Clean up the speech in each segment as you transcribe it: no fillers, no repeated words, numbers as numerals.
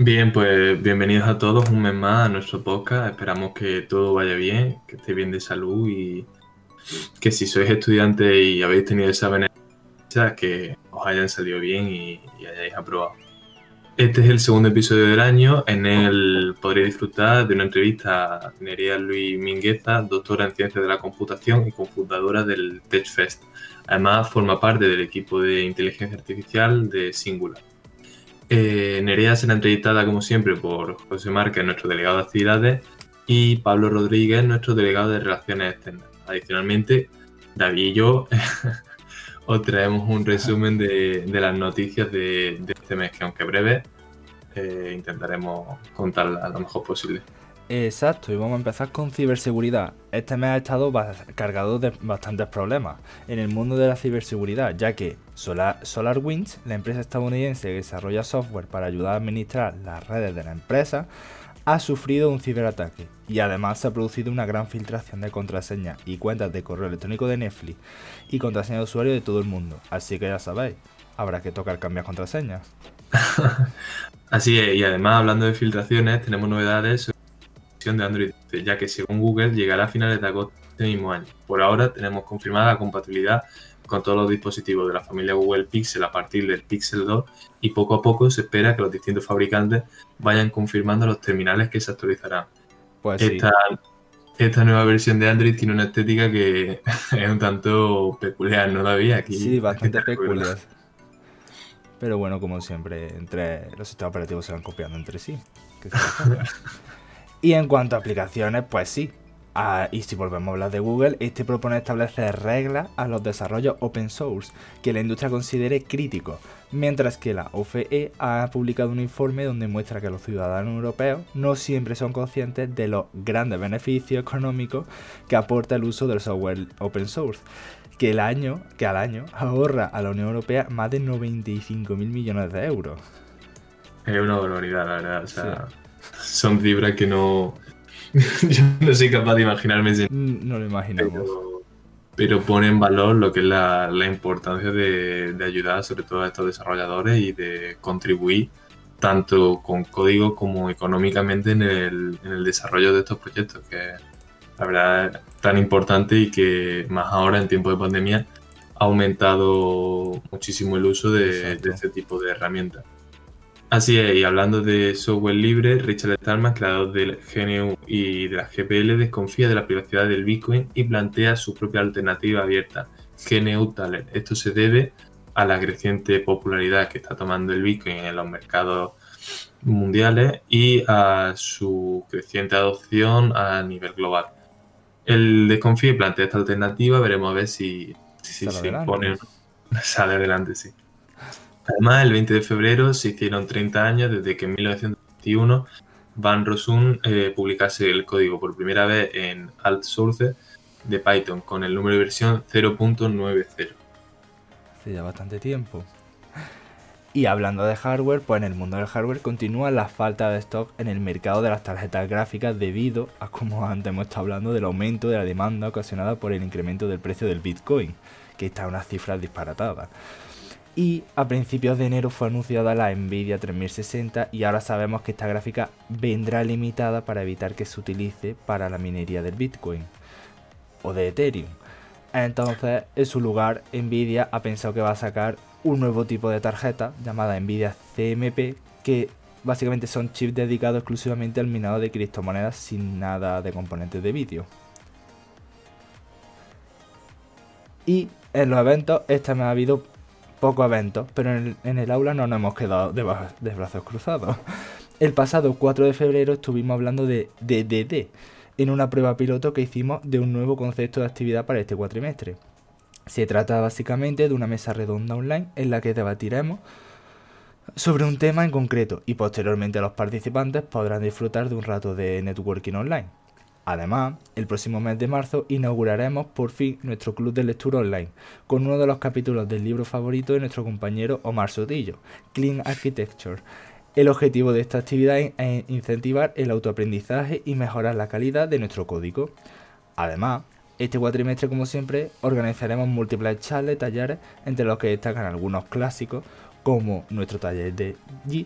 Bien, pues bienvenidos a todos un mes más a nuestro podcast. Esperamos que todo vaya bien, que estéis bien de salud y que si sois estudiantes y habéis tenido exámenes, que os hayan salido bien y hayáis aprobado. Este es el segundo episodio del año. En él podréis disfrutar de una entrevista a Nerea Luis Mingueza, doctora en Ciencias de la Computación y cofundadora del TechFest. Además, forma parte del equipo de inteligencia artificial de Singular. Nerea será entrevistada, como siempre, por José Márquez, nuestro delegado de actividades, y Pablo Rodríguez, nuestro delegado de relaciones externas. Adicionalmente, David y yo os traemos un resumen de las noticias de este mes, que aunque breve, intentaremos contarlas lo mejor posible. Exacto, y vamos a empezar con ciberseguridad. Este mes ha estado cargado de bastantes problemas en el mundo de la ciberseguridad, ya que SolarWinds, la empresa estadounidense que desarrolla software para ayudar a administrar las redes de la empresa, ha sufrido un ciberataque y además se ha producido una gran filtración de contraseñas y cuentas de correo electrónico de Netflix y contraseñas de usuario de todo el mundo. Así que ya sabéis, habrá que tocar cambiar contraseñas. Así es, y además, hablando de filtraciones, tenemos novedades sobre la versión de Android, ya que según Google llegará a finales de agosto de este mismo año. Por ahora tenemos confirmada la compatibilidad con todos los dispositivos de la familia Google Pixel a partir del Pixel 2 y poco a poco se espera que los distintos fabricantes vayan confirmando los terminales que se actualizarán. Pues sí, Esta nueva versión de Android tiene una estética que es un tanto peculiar, ¿no, David? sí, Aquí te bastante recuerdo. peculiar. Pero bueno, como siempre, entre los sistemas operativos se van copiando entre sí. ¿Qué se va a hacer? Y en cuanto a aplicaciones, pues sí. Y si volvemos a hablar de Google, este propone establecer reglas a los desarrollos open source que la industria considere críticos, mientras que la OCDE ha publicado un informe donde muestra que los ciudadanos europeos no siempre son conscientes de los grandes beneficios económicos que aporta el uso del software open source, que al año ahorra a la Unión Europea más de 95.000 millones de euros. Es una barbaridad, la verdad. O Sí, sea, son cifras que no. Yo no soy capaz de imaginarme ese, no lo imaginamos. pero, pero pone en valor lo que es la importancia de ayudar sobre todo a estos desarrolladores y de contribuir tanto con código como económicamente en el desarrollo de estos proyectos, que la verdad es tan importante y que más ahora en tiempos de pandemia ha aumentado muchísimo el uso de Exacto. este tipo de herramientas. Así es, y hablando de software libre, Richard Stallman, creador del GNU y de la GPL, desconfía de la privacidad del Bitcoin y plantea su propia alternativa abierta, GNU Talent. Esto se debe a la creciente popularidad que está tomando el Bitcoin en los mercados mundiales y a su creciente adopción a nivel global. El desconfía y plantea esta alternativa, veremos a ver si Sale se adelante. impone o no. Sale adelante, sí. Además, el 20 de febrero se hicieron 30 años desde que en 1921 Van Rossum publicase el código por primera vez en AltSource de Python con el número de versión 0.90. Hace ya bastante tiempo. Y hablando de hardware, pues en el mundo del hardware continúa la falta de stock en el mercado de las tarjetas gráficas debido a, como antes hemos estado hablando, del aumento de la demanda ocasionada por el incremento del precio del Bitcoin, que está a unas cifras disparatadas. Y a principios de enero fue anunciada la Nvidia 3060 y ahora sabemos que esta gráfica vendrá limitada para evitar que se utilice para la minería del Bitcoin o de Ethereum. Entonces, en su lugar, Nvidia ha pensado que va a sacar un nuevo tipo de tarjeta llamada Nvidia CMP, que básicamente son chips dedicados exclusivamente al minado de criptomonedas sin nada de componentes de vídeo. Y en los eventos, este mes ha habido pocos eventos, pero en el aula no nos hemos quedado de brazos cruzados. El pasado 4 de febrero estuvimos hablando de DDD, en una prueba piloto que hicimos de un nuevo concepto de actividad para este cuatrimestre. Se trata básicamente de una mesa redonda online en la que debatiremos sobre un tema en concreto y posteriormente los participantes podrán disfrutar de un rato de networking online. Además, el próximo mes de marzo inauguraremos por fin nuestro club de lectura online, con uno de los capítulos del libro favorito de nuestro compañero Omar Sotillo, Clean Architecture. El objetivo de esta actividad es incentivar el autoaprendizaje y mejorar la calidad de nuestro código. Además, este cuatrimestre, como siempre, organizaremos múltiples charlas y talleres entre los que destacan algunos clásicos, como nuestro taller de JIT,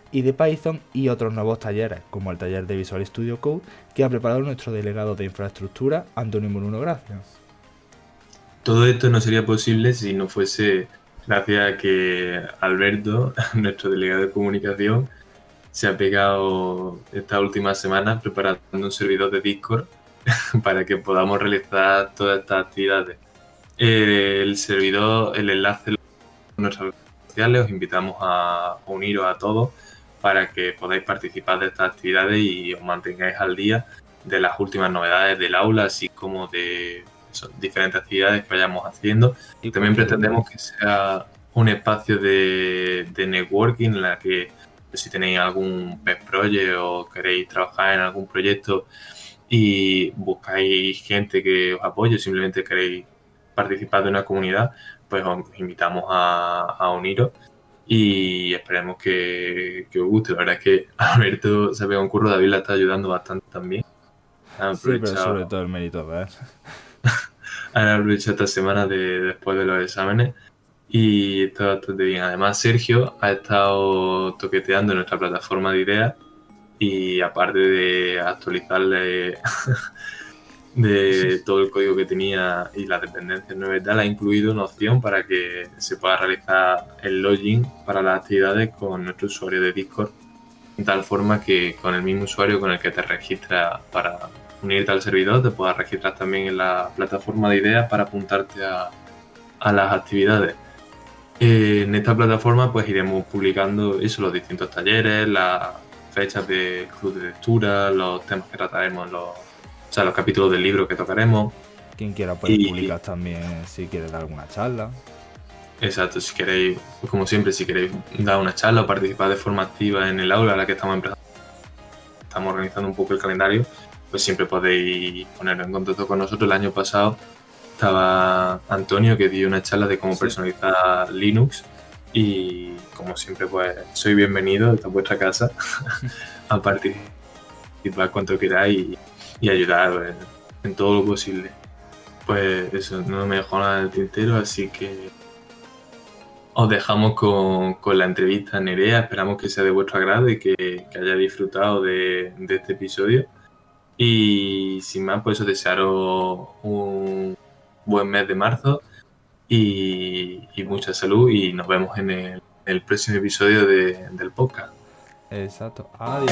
y de Python, y otros nuevos talleres, como el taller de Visual Studio Code, que ha preparado nuestro delegado de infraestructura, Antonio Moruno. Gracias. Todo esto no sería posible si no fuese gracias a que Alberto, nuestro delegado de comunicación, se ha pegado estas últimas semanas preparando un servidor de Discord para que podamos realizar todas estas actividades. El servidor, el enlace en nuestras redes sociales, os invitamos a uniros a todos para que podáis participar de estas actividades y os mantengáis al día de las últimas novedades del aula, así como de diferentes actividades que vayamos haciendo. Y también pretendemos que sea un espacio de networking en la que si tenéis algún pet project o queréis trabajar en algún proyecto y buscáis gente que os apoye, simplemente queréis participar de una comunidad, pues os invitamos a uniros y esperemos que os guste. La verdad es que Alberto se ha pegado un curro, David la está ayudando bastante también. Sí, pero sobre todo el mérito de él. Han aprovechado esta semana después de los exámenes y está bastante bien. Además, Sergio ha estado toqueteando en nuestra plataforma de ideas y aparte de actualizarle de todo el código que tenía y las dependencias nuevas y tal, ha incluido una opción para que se pueda realizar el login para las actividades con nuestro usuario de Discord, de tal forma que con el mismo usuario con el que te registras para unirte al servidor, te puedas registrar también en la plataforma de ideas para apuntarte a las actividades. En esta plataforma pues iremos publicando eso, los distintos talleres, las fechas del club de lectura, los temas que trataremos, los capítulos del libro que tocaremos. Quien quiera puede publicar también si quiere dar alguna charla. Exacto, si queréis, pues como siempre, si queréis dar una charla o participar de forma activa en el aula a la que estamos empezando, estamos organizando un poco el calendario, pues siempre podéis poneros en contacto con nosotros. El año pasado estaba Antonio, que dio una charla de cómo personalizar Linux, y como siempre pues soy bienvenido, esta es vuestra casa, a participar cuanto queráis y ayudar en todo lo posible. Pues eso, no me dejo nada en el tintero, así que os dejamos con la entrevista a Nerea. Esperamos que sea de vuestro agrado y que hayáis disfrutado de este episodio. Y sin más, pues eso, desearos un buen mes de marzo y mucha salud, y nos vemos en el próximo episodio del podcast. Exacto. Adiós.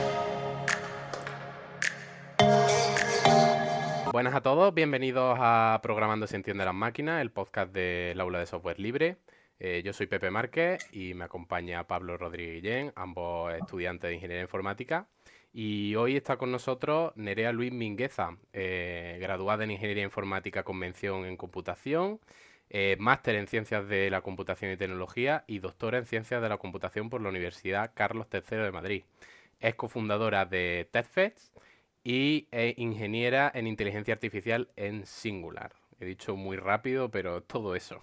Buenas a todos, bienvenidos a Programando se entiende las máquinas, el podcast del Aula de Software Libre. Yo soy Pepe Márquez y me acompaña Pablo Rodríguez Guillén, ambos estudiantes de Ingeniería Informática. Y hoy está con nosotros Nerea Luis Mingueza, graduada en Ingeniería Informática con mención en Computación, máster en Ciencias de la Computación y Tecnología y doctora en Ciencias de la Computación por la Universidad Carlos III de Madrid. Es cofundadora de TEDfest y ingeniera en Inteligencia Artificial en Singular. He dicho muy rápido, pero todo eso.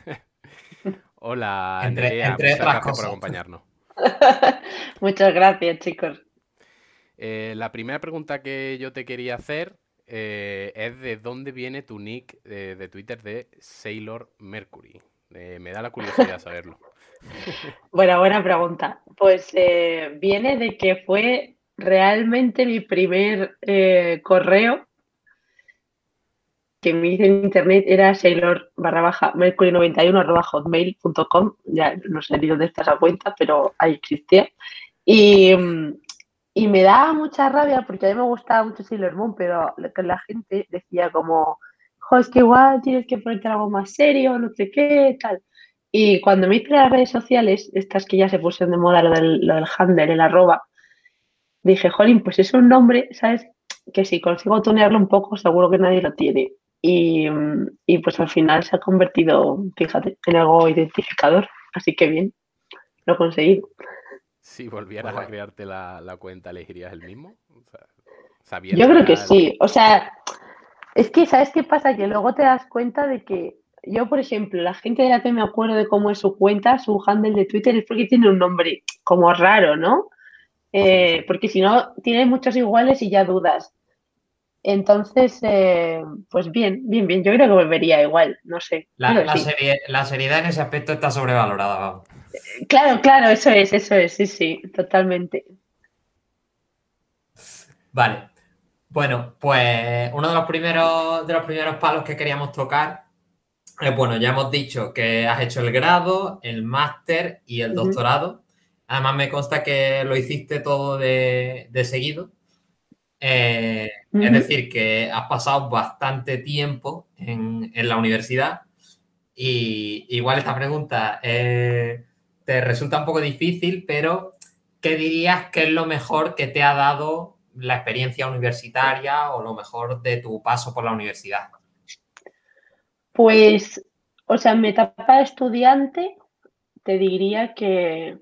Hola, Nerea, muchas gracias por acompañarnos. Muchas gracias, chicos. La primera pregunta que yo te quería hacer es de dónde viene tu nick de Twitter de Sailor Mercury. Me da la curiosidad saberlo. Bueno, buena pregunta. Pues viene de que fue realmente mi primer correo que me hice en internet, era sailor_mercury91@hotmail.com. Ya no sé ni dónde está esa cuenta, pero ahí existía. Y me daba mucha rabia porque a mí me gustaba mucho Sailor Moon, pero la gente decía como, jo, es que igual tienes que ponerte algo más serio, no sé qué, tal. Y cuando me hice las redes sociales, estas que ya se pusieron de moda, lo del handle, el arroba, dije, jolín, pues es un nombre, ¿sabes? Que si consigo tunearlo un poco, seguro que nadie lo tiene. Y pues al final se ha convertido, fíjate, en algo identificador. Así que bien, lo he conseguido. Si volvieras a crearte la cuenta, ¿elegirías el mismo? O sea, yo creo que sí. O sea, es que, ¿sabes qué pasa? Que luego te das cuenta de que yo, por ejemplo, la gente de la que me acuerdo de cómo es su cuenta, su handle de Twitter, es porque tiene un nombre como raro, ¿no? Sí. Porque si no, tiene muchos iguales y ya dudas. Entonces, pues bien. Yo creo que volvería igual, no sé. La seriedad en ese aspecto está sobrevalorada. Vamos. Claro, eso es, sí, totalmente. Vale. Bueno, pues uno de los primeros palos que queríamos tocar es, bueno, ya hemos dicho que has hecho el grado, el máster y el doctorado. Además me consta que lo hiciste todo de seguido. Es decir, que has pasado bastante tiempo en la universidad y igual esta pregunta te resulta un poco difícil, pero ¿qué dirías que es lo mejor que te ha dado la experiencia universitaria o lo mejor de tu paso por la universidad? Pues, o sea, en mi etapa de estudiante te diría que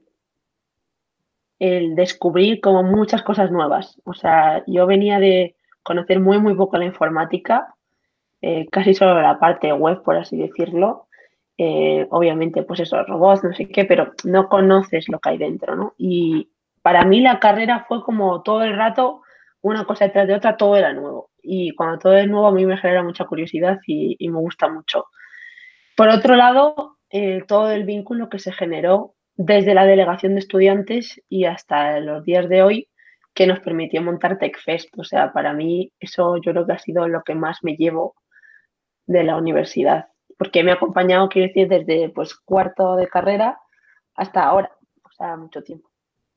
el descubrir como muchas cosas nuevas. O sea, yo venía de conocer muy poco la informática, casi solo la parte web, por así decirlo. Obviamente, pues eso, robots, no sé qué, pero no conoces lo que hay dentro, ¿no? Y para mí la carrera fue como todo el rato, una cosa detrás de otra, todo era nuevo. Y cuando todo es nuevo, a mí me genera mucha curiosidad y me gusta mucho. Por otro lado, todo el vínculo que se generó desde la delegación de estudiantes y hasta los días de hoy que nos permitió montar TechFest. O sea, para mí eso yo creo que ha sido lo que más me llevo de la universidad, porque me ha acompañado, quiero decir, desde pues cuarto de carrera hasta ahora, o sea, mucho tiempo.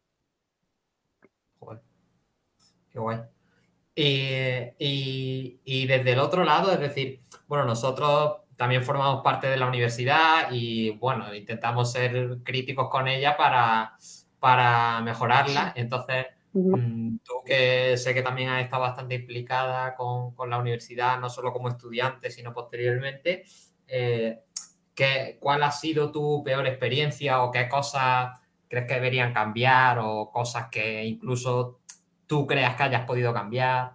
Joder, qué guay. Y desde el otro lado, es decir, bueno, nosotros también formamos parte de la universidad y, bueno, intentamos ser críticos con ella para mejorarla. Entonces, tú que sé que también has estado bastante implicada con la universidad, no solo como estudiante, sino posteriormente, ¿cuál ha sido tu peor experiencia o qué cosas crees que deberían cambiar o cosas que incluso tú creas que hayas podido cambiar?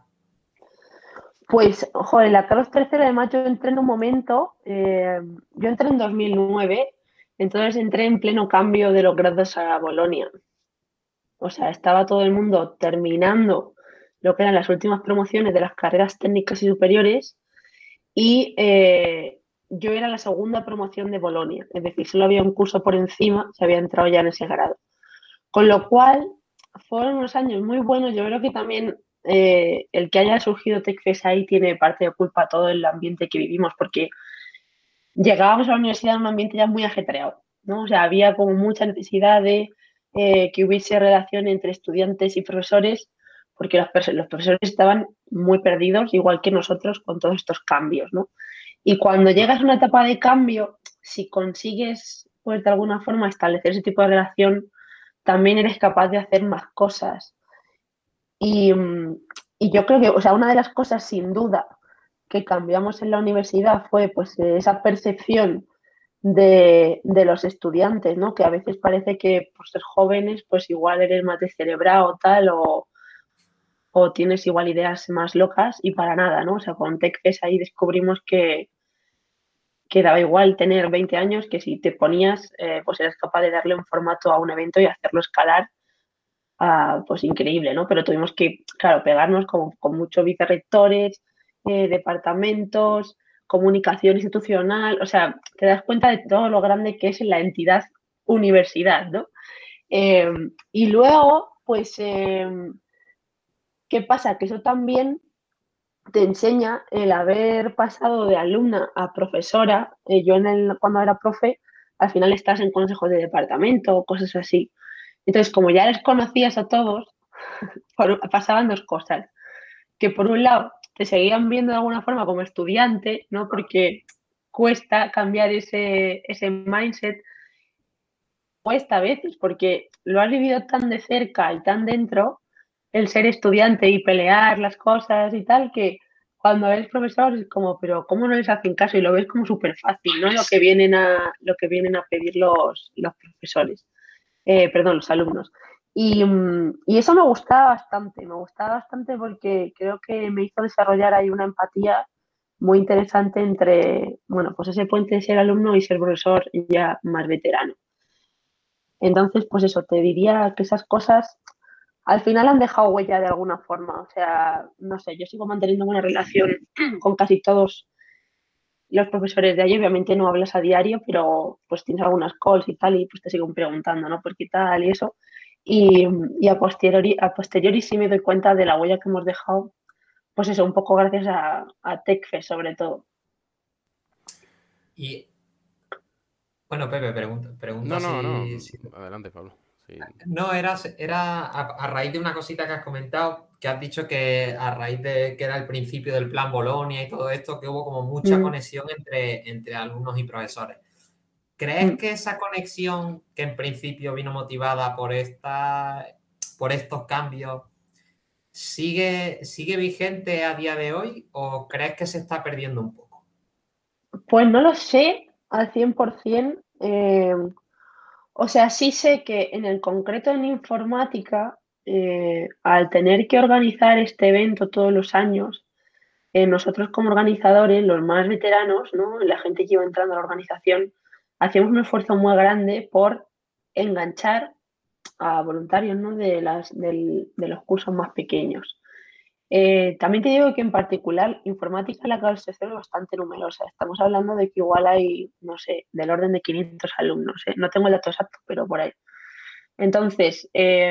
Pues, joder, la Carlos III, además yo entré en un momento, yo entré en 2009, entonces entré en pleno cambio de los grados a Bolonia. O sea, estaba todo el mundo terminando lo que eran las últimas promociones de las carreras técnicas y superiores y yo era la segunda promoción de Bolonia, es decir, solo había un curso por encima, se había entrado ya en ese grado. Con lo cual, fueron unos años muy buenos. Yo creo que también el que haya surgido TechFest ahí tiene parte de culpa todo el ambiente que vivimos, porque llegábamos a la universidad en un ambiente ya muy ajetreado, ¿no? O sea, había como mucha necesidad de que hubiese relación entre estudiantes y profesores, porque los profesores estaban muy perdidos, igual que nosotros, con todos estos cambios, ¿no? Y cuando llegas a una etapa de cambio, si consigues, pues de alguna forma, establecer ese tipo de relación, también eres capaz de hacer más cosas. Y, y yo creo que, o sea, una de las cosas sin duda que cambiamos en la universidad fue pues esa percepción de los estudiantes, ¿no? Que a veces parece que por ser jóvenes pues igual eres más descerebrado tal o tienes igual ideas más locas y para nada, ¿no? O sea, con TechFest ahí descubrimos que daba igual tener 20 años, que si te ponías pues eras capaz de darle un formato a un evento y hacerlo escalar pues increíble, ¿no? Pero tuvimos que, claro, pegarnos con muchos vicerrectores, departamentos, comunicación institucional, o sea, te das cuenta de todo lo grande que es la entidad universidad, ¿no? Y luego, pues, ¿qué pasa? Que eso también te enseña el haber pasado de alumna a profesora. Yo cuando era profe, al final estás en consejos de departamento o cosas así. Entonces, como ya les conocías a todos, pasaban dos cosas. Que por un lado te seguían viendo de alguna forma como estudiante, ¿no? Porque cuesta cambiar ese mindset. Cuesta a veces, porque lo has vivido tan de cerca y tan dentro, el ser estudiante y pelear las cosas y tal, que cuando eres profesor es como, pero ¿cómo no les hacen caso? Y lo ves como súper fácil, ¿no? Lo que vienen a pedir los profesores. Perdón, los alumnos. Y eso me gustaba bastante porque creo que me hizo desarrollar ahí una empatía muy interesante entre, bueno, pues ese puente de ser alumno y ser profesor ya más veterano. Entonces, pues eso, te diría que esas cosas al final han dejado huella de alguna forma. O sea, no sé, yo sigo manteniendo una relación con casi todos los profesores de allí, obviamente no hablas a diario, pero pues tienes algunas calls y tal, y pues te siguen preguntando, ¿no? ¿Por qué tal y eso? Y a posteriori sí me doy cuenta de la huella que hemos dejado, pues eso, un poco gracias a TechFest sobre todo. Y bueno, Pepe, pregunta No. si Adelante, Pablo. Sí. No, era a raíz de una cosita que has comentado, que has dicho que a raíz de que era el principio del plan Bolonia y todo esto, que hubo como mucha conexión entre alumnos y profesores. ¿Crees que esa conexión, que en principio vino motivada por estos cambios, sigue vigente a día de hoy o crees que se está perdiendo un poco? Pues no lo sé al 100%. O sea, sí sé que en el concreto en informática, al tener que organizar este evento todos los años, nosotros como organizadores, los más veteranos, ¿no? La gente que iba entrando a la organización, hacíamos un esfuerzo muy grande por enganchar a voluntarios, ¿no? de los cursos más pequeños. También te digo que en particular informática la clase es bastante numerosa. Estamos hablando de que igual hay, no sé, del orden de 500 alumnos. No tengo el dato exacto, pero por ahí. Entonces,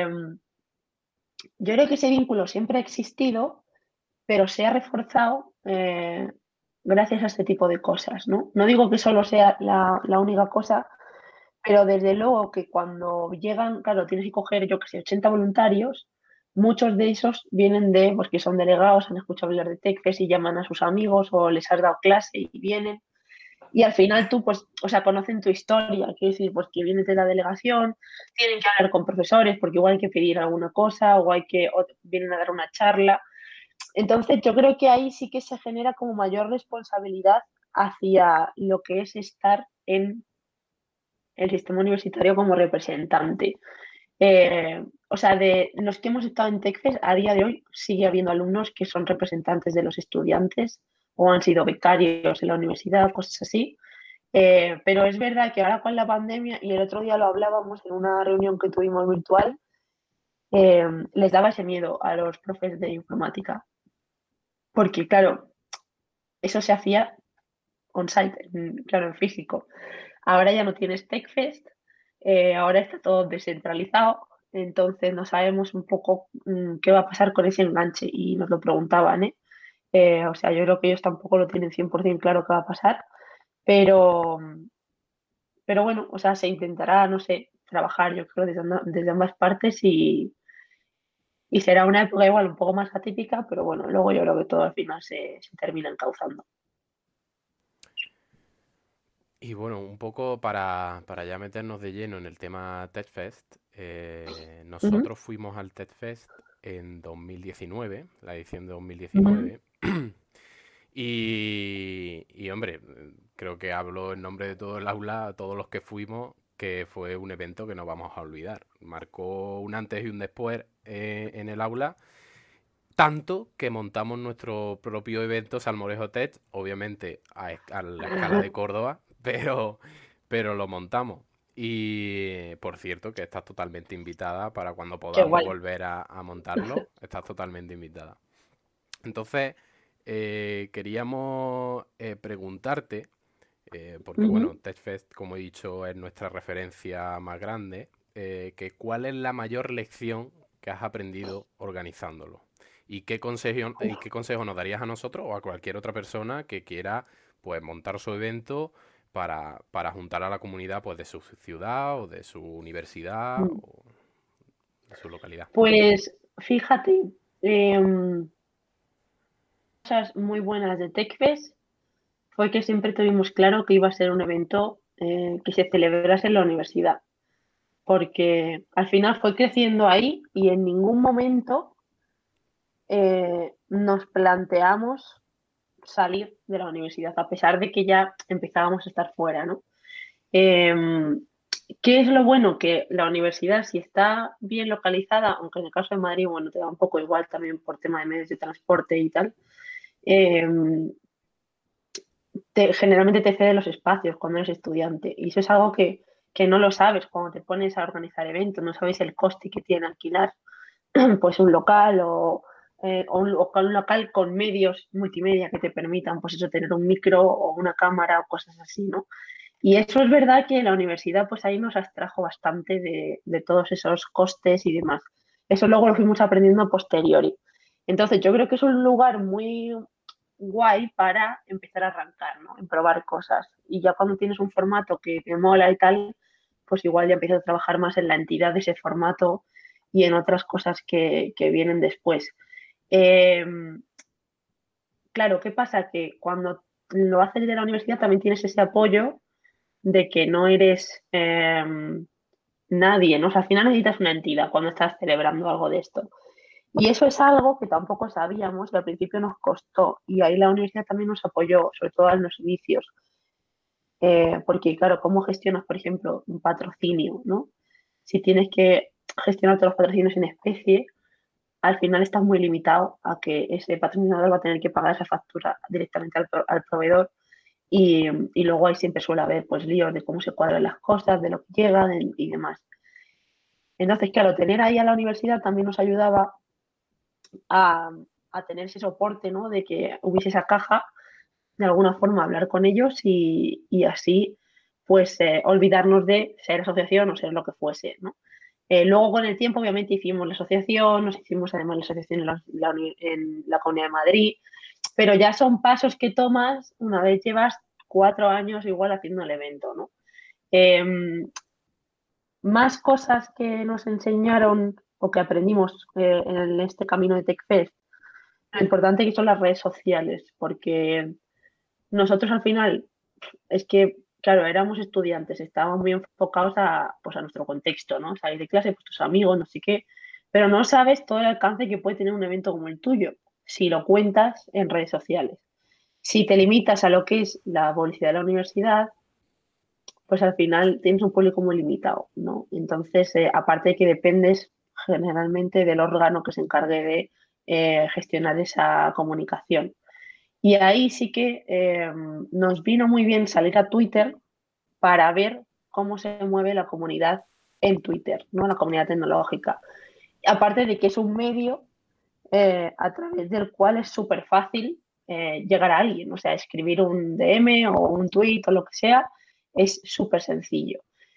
yo creo que ese vínculo siempre ha existido, pero se ha reforzado gracias a este tipo de cosas, ¿no? No digo que solo sea la única cosa, pero desde luego que cuando llegan, claro, tienes que coger, yo que sé, 80 voluntarios, muchos de esos vienen de, pues que son delegados, han escuchado hablar de TechFest y llaman a sus amigos o les has dado clase y vienen. Y al final tú, pues, o sea, conocen tu historia, quiero decir, pues que vienes de la delegación, tienen que hablar con profesores porque igual hay que pedir alguna cosa o vienen a dar una charla. Entonces yo creo que ahí sí que se genera como mayor responsabilidad hacia lo que es estar en el sistema universitario como representante. O sea, de los que hemos estado en TechFest, a día de hoy sigue habiendo alumnos que son representantes de los estudiantes o han sido becarios en la universidad, cosas así. Pero es verdad que ahora con la pandemia, y el otro día lo hablábamos en una reunión que tuvimos virtual, les daba ese miedo a los profes de informática. Porque, claro, eso se hacía on-site, claro, en físico. Ahora ya no tienes TechFest, ahora está todo descentralizado, entonces no sabemos un poco qué va a pasar con ese enganche y nos lo preguntaban, ¿eh? O sea, yo creo que ellos tampoco lo tienen 100% claro qué va a pasar, pero, pero bueno, o sea, se intentará, no sé, trabajar, yo creo, desde ambas partes y será una época igual un poco más atípica, pero bueno, luego yo creo que todo al final se termina encauzando. Y bueno, un poco para ya meternos de lleno en el tema TechFest, Ujú, nosotros fuimos al TechFest en 2019, la edición de ujú. 2019. Y hombre, creo que hablo en nombre de todo el aula, todos los que fuimos, que fue un evento que no vamos a olvidar. Marcó un antes y un después en el aula, tanto que montamos nuestro propio evento Salmorejo Tech, obviamente a la escala de Córdoba, pero lo montamos. Y por cierto, que estás totalmente invitada para cuando Qué podamos guay. volver a montarlo, estás totalmente invitada. Entonces, queríamos preguntarte, porque bueno, Ujú. TechFest, como he dicho, es nuestra referencia más grande, que ¿cuál es la mayor lección que has aprendido organizándolo? ¿Y qué consejo nos darías a nosotros o a cualquier otra persona que quiera pues montar su evento para juntar a la comunidad pues de su ciudad o de su universidad Mm. o de su localidad? Pues fíjate, cosas muy buenas de TechFest fue que siempre tuvimos claro que iba a ser un evento que se celebrase en la universidad, porque al final fue creciendo ahí y en ningún momento nos planteamos salir de la universidad, a pesar de que ya empezábamos a estar fuera, ¿no? Eh, ¿Qué es lo bueno? Que la universidad, si está bien localizada, aunque en el caso de Madrid, bueno, te da un poco igual también por tema de medios de transporte y tal, eh, generalmente te cede los espacios cuando eres estudiante. Y eso es algo que no lo sabes cuando te pones a organizar eventos, no sabes el coste que tiene alquilar pues un local o o con un local con medios multimedia que te permitan, pues eso, tener un micro o una cámara o cosas así, ¿no? Y eso es verdad que la universidad, pues ahí nos abstrajo bastante de todos esos costes y demás. Eso luego lo fuimos aprendiendo a posteriori. Entonces, yo creo que es un lugar muy guay para empezar a arrancar, ¿no? En probar cosas. Y ya cuando tienes un formato que te mola y tal, pues igual ya empiezas a trabajar más en la entidad de ese formato y en otras cosas que vienen después. Eh, claro, ¿qué pasa? Que cuando lo haces de la universidad también tienes ese apoyo de que no eres nadie, ¿no? O sea, al final necesitas una entidad cuando estás celebrando algo de esto. Y eso es algo que tampoco sabíamos y al principio nos costó. Y ahí la universidad también nos apoyó, sobre todo en los inicios. Porque, claro, ¿cómo gestionas, por ejemplo, un patrocinio, ¿no? Si tienes que gestionar todos los patrocinios en especie, al final estás muy limitado a que ese patrocinador va a tener que pagar esa factura directamente al proveedor y luego ahí siempre suele haber pues líos de cómo se cuadran las cosas, de lo que llega y demás. Entonces, claro, tener ahí a la universidad también nos ayudaba a, a tener ese soporte, ¿no? De que hubiese esa caja, de alguna forma hablar con ellos y así pues olvidarnos de ser asociación o ser lo que fuese, ¿no? Luego con el tiempo obviamente hicimos la asociación, nos hicimos además la asociación en la Comunidad de Madrid, pero ya son pasos que tomas una vez llevas 4 años igual haciendo el evento, ¿no? Más cosas que nos enseñaron o que aprendimos en este camino de TechFest, lo importante que son las redes sociales, porque nosotros al final es que, claro, éramos estudiantes, estábamos muy enfocados pues a nuestro contexto, ¿no? Salir de clase, pues tus amigos, no sé qué, pero no sabes todo el alcance que puede tener un evento como el tuyo si lo cuentas en redes sociales. Si te limitas a lo que es la publicidad de la universidad, pues al final tienes un público muy limitado, ¿no? Entonces, aparte de que dependes generalmente del órgano que se encargue de gestionar esa comunicación. Y ahí sí que nos vino muy bien salir a Twitter para ver cómo se mueve la comunidad en Twitter, ¿no? La comunidad tecnológica. Aparte de que es un medio a través del cual es súper fácil llegar a alguien, o sea, escribir un DM o un tweet o lo que sea, es súper sencillo.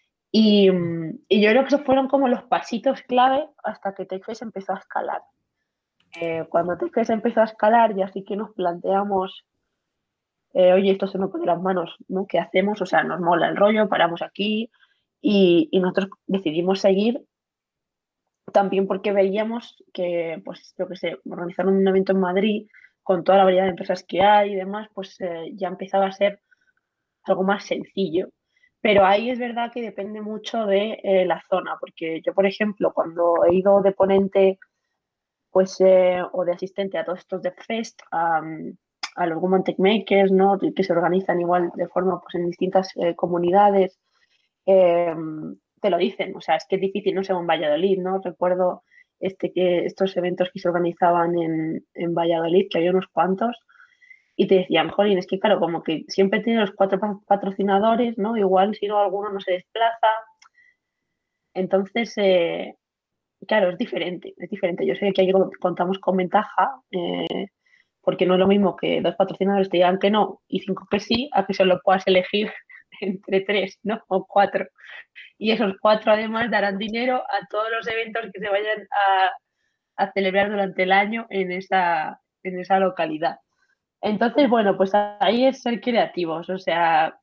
Y yo creo que esos fueron como los pasitos clave hasta que TechFest empezó a escalar. Cuando TechFest empezó a escalar, ya sí que nos planteamos, oye, esto se nos pone las manos, ¿no? ¿Qué hacemos? O sea, nos mola el rollo, paramos aquí y nosotros decidimos seguir también porque veíamos que, pues, yo qué sé, organizar un evento en Madrid con toda la variedad de empresas que hay y demás, pues ya empezaba a ser algo más sencillo. Pero ahí es verdad que depende mucho de la zona, porque yo, por ejemplo, cuando he ido de ponente pues, o de asistente a todos estos de Fest, a los Women Tech Makers, ¿no? Que se organizan igual de forma pues, en distintas comunidades, eh, te lo dicen, o sea, es que es difícil, no sé, en Valladolid, ¿no? Recuerdo que estos eventos que se organizaban en Valladolid, que había unos cuantos, y te decían, jolín, es que claro, como que siempre tiene los 4 patrocinadores, ¿no? Igual si no, alguno no se desplaza. Entonces, claro, es diferente, es diferente. Yo sé que aquí contamos con ventaja, porque no es lo mismo que 2 patrocinadores te digan que no y 5 que sí, a que solo puedas elegir entre 3, ¿no? O 4. Y esos 4 además darán dinero a todos los eventos que se vayan a celebrar durante el año en esa localidad. Entonces, bueno, pues ahí es ser creativos, o sea,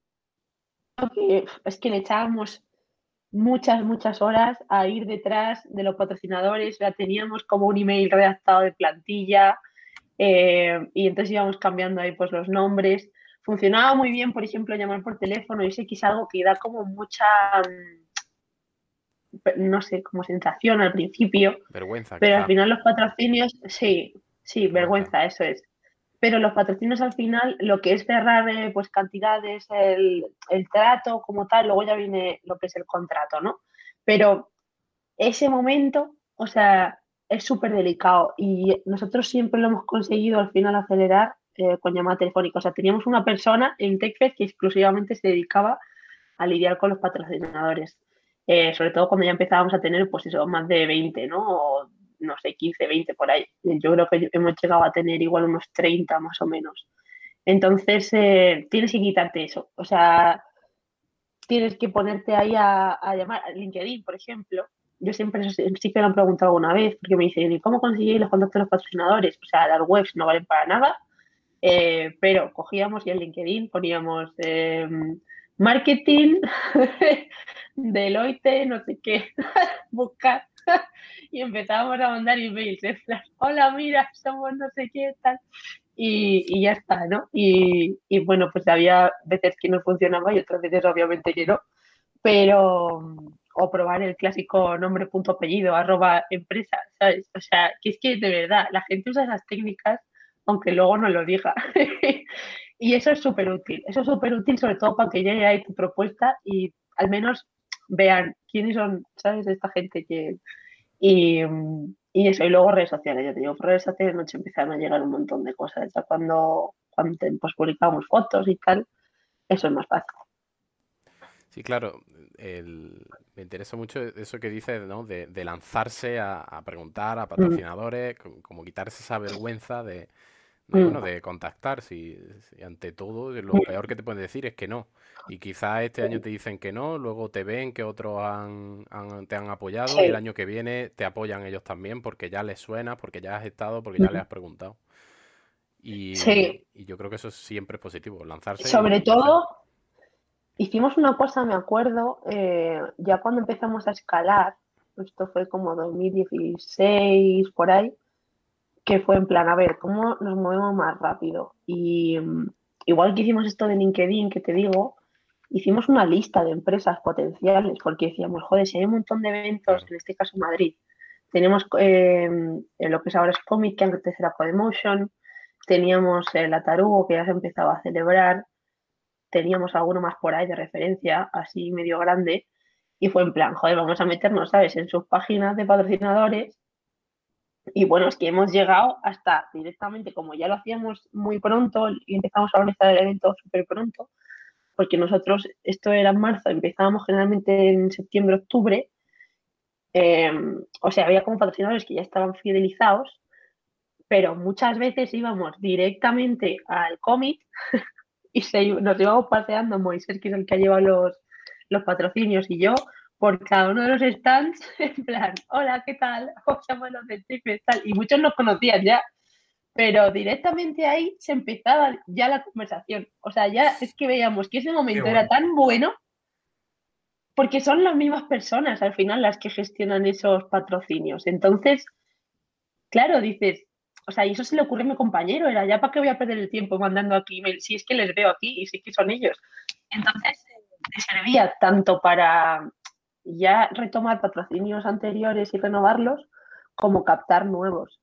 es que le echábamos muchas horas a ir detrás de los patrocinadores, ya teníamos como un email redactado de plantilla y entonces íbamos cambiando ahí pues los nombres. Funcionaba muy bien, por ejemplo, llamar por teléfono, y sé que es algo que da como mucha, no sé, como sensación al principio, Vergüenza, pero quizá. al final los patrocinios, sí, vergüenza, eso es. Pero los patrocinios al final, lo que es cerrar pues cantidades, el trato como tal, luego ya viene lo que es el contrato, ¿no? Pero ese momento, o sea, es súper delicado y nosotros siempre lo hemos conseguido al final acelerar con llamada telefónica. O sea, teníamos una persona en TechFest que exclusivamente se dedicaba a lidiar con los patrocinadores. Sobre todo cuando ya empezábamos a tener, pues eso, más de 20, ¿no? O no sé, 15, 20 por ahí. Yo creo que hemos llegado a tener igual unos 30 más o menos. Entonces, tienes que quitarte eso. O sea, tienes que ponerte ahí a llamar a LinkedIn, por ejemplo. Yo siempre sí que lo han preguntado alguna vez, porque me dicen, ¿y cómo conseguís los contactos de los patrocinadores? O sea, las webs no valen para nada, pero cogíamos y en LinkedIn poníamos marketing, Deloitte, no sé qué, buscar. Y empezábamos a mandar emails, en plan, hola, mira, somos no sé qué, tal. Y ya está, ¿no? Y bueno, pues había veces que no funcionaba y otras veces obviamente que no. Pero, o probar el clásico nombre punto apellido, @empresa, ¿sabes? O sea, que es que de verdad, la gente usa esas técnicas, aunque luego no lo diga. Y eso es súper útil sobre todo para que llegue ahí tu propuesta y al menos vean quiénes son, ¿sabes? Esta gente que... Y eso, y luego redes sociales, ya te digo, por redes sociales nos empezaron a llegar un montón de cosas, ya cuando pues, publicábamos fotos y tal, eso es más fácil. Sí, claro. Me interesa mucho eso que dices, ¿no? De lanzarse a preguntar a patrocinadores, como quitarse esa vergüenza bueno, de contactar. Si ante todo lo peor que te pueden decir es que no. Y quizás este año te dicen que no, luego te ven que otros te han apoyado y el año que viene te apoyan ellos también porque ya les suena, porque ya has estado, porque ya les has preguntado. Sí. Y yo creo que eso siempre es positivo, lanzarse Sobre y hacerlo. todo, hicimos una cosa, me acuerdo, ya cuando empezamos a escalar, esto fue como 2016, por ahí, que fue en plan, a ver, ¿cómo nos movemos más rápido? Y igual que hicimos esto de LinkedIn, que te digo, hicimos una lista de empresas potenciales, porque decíamos, joder, si hay un montón de eventos, Claro. en este caso Madrid, tenemos lo que es ahora es Comic, que antes era Codemotion, teníamos la Tarugo, que ya se empezaba a celebrar, teníamos alguno más por ahí de referencia, así medio grande, y fue en plan, joder, vamos a meternos, ¿sabes?, en sus páginas de patrocinadores. Y bueno, es que hemos llegado hasta directamente, como ya lo hacíamos muy pronto y empezamos a organizar el evento súper pronto, porque nosotros, esto era en marzo, empezábamos generalmente en septiembre, octubre, o sea, había como patrocinadores que ya estaban fidelizados, pero muchas veces íbamos directamente al cómic y nos íbamos paseando, Moisés, que es el que ha llevado los patrocinios, y yo, por cada uno de los stands, en plan, hola, ¿qué tal? Os llamo los del Triple, tal. Y muchos nos conocían ya, pero directamente ahí se empezaba ya la conversación. O sea, ya es que veíamos que ese momento era tan bueno porque son las mismas personas al final las que gestionan esos patrocinios. Entonces, claro, dices, o sea, y eso se le ocurre a mi compañero, era ya para qué voy a perder el tiempo mandando aquí email, si es que les veo aquí y si es que son ellos. Entonces, te servía tanto para ya retomar patrocinios anteriores y renovarlos, como captar nuevos.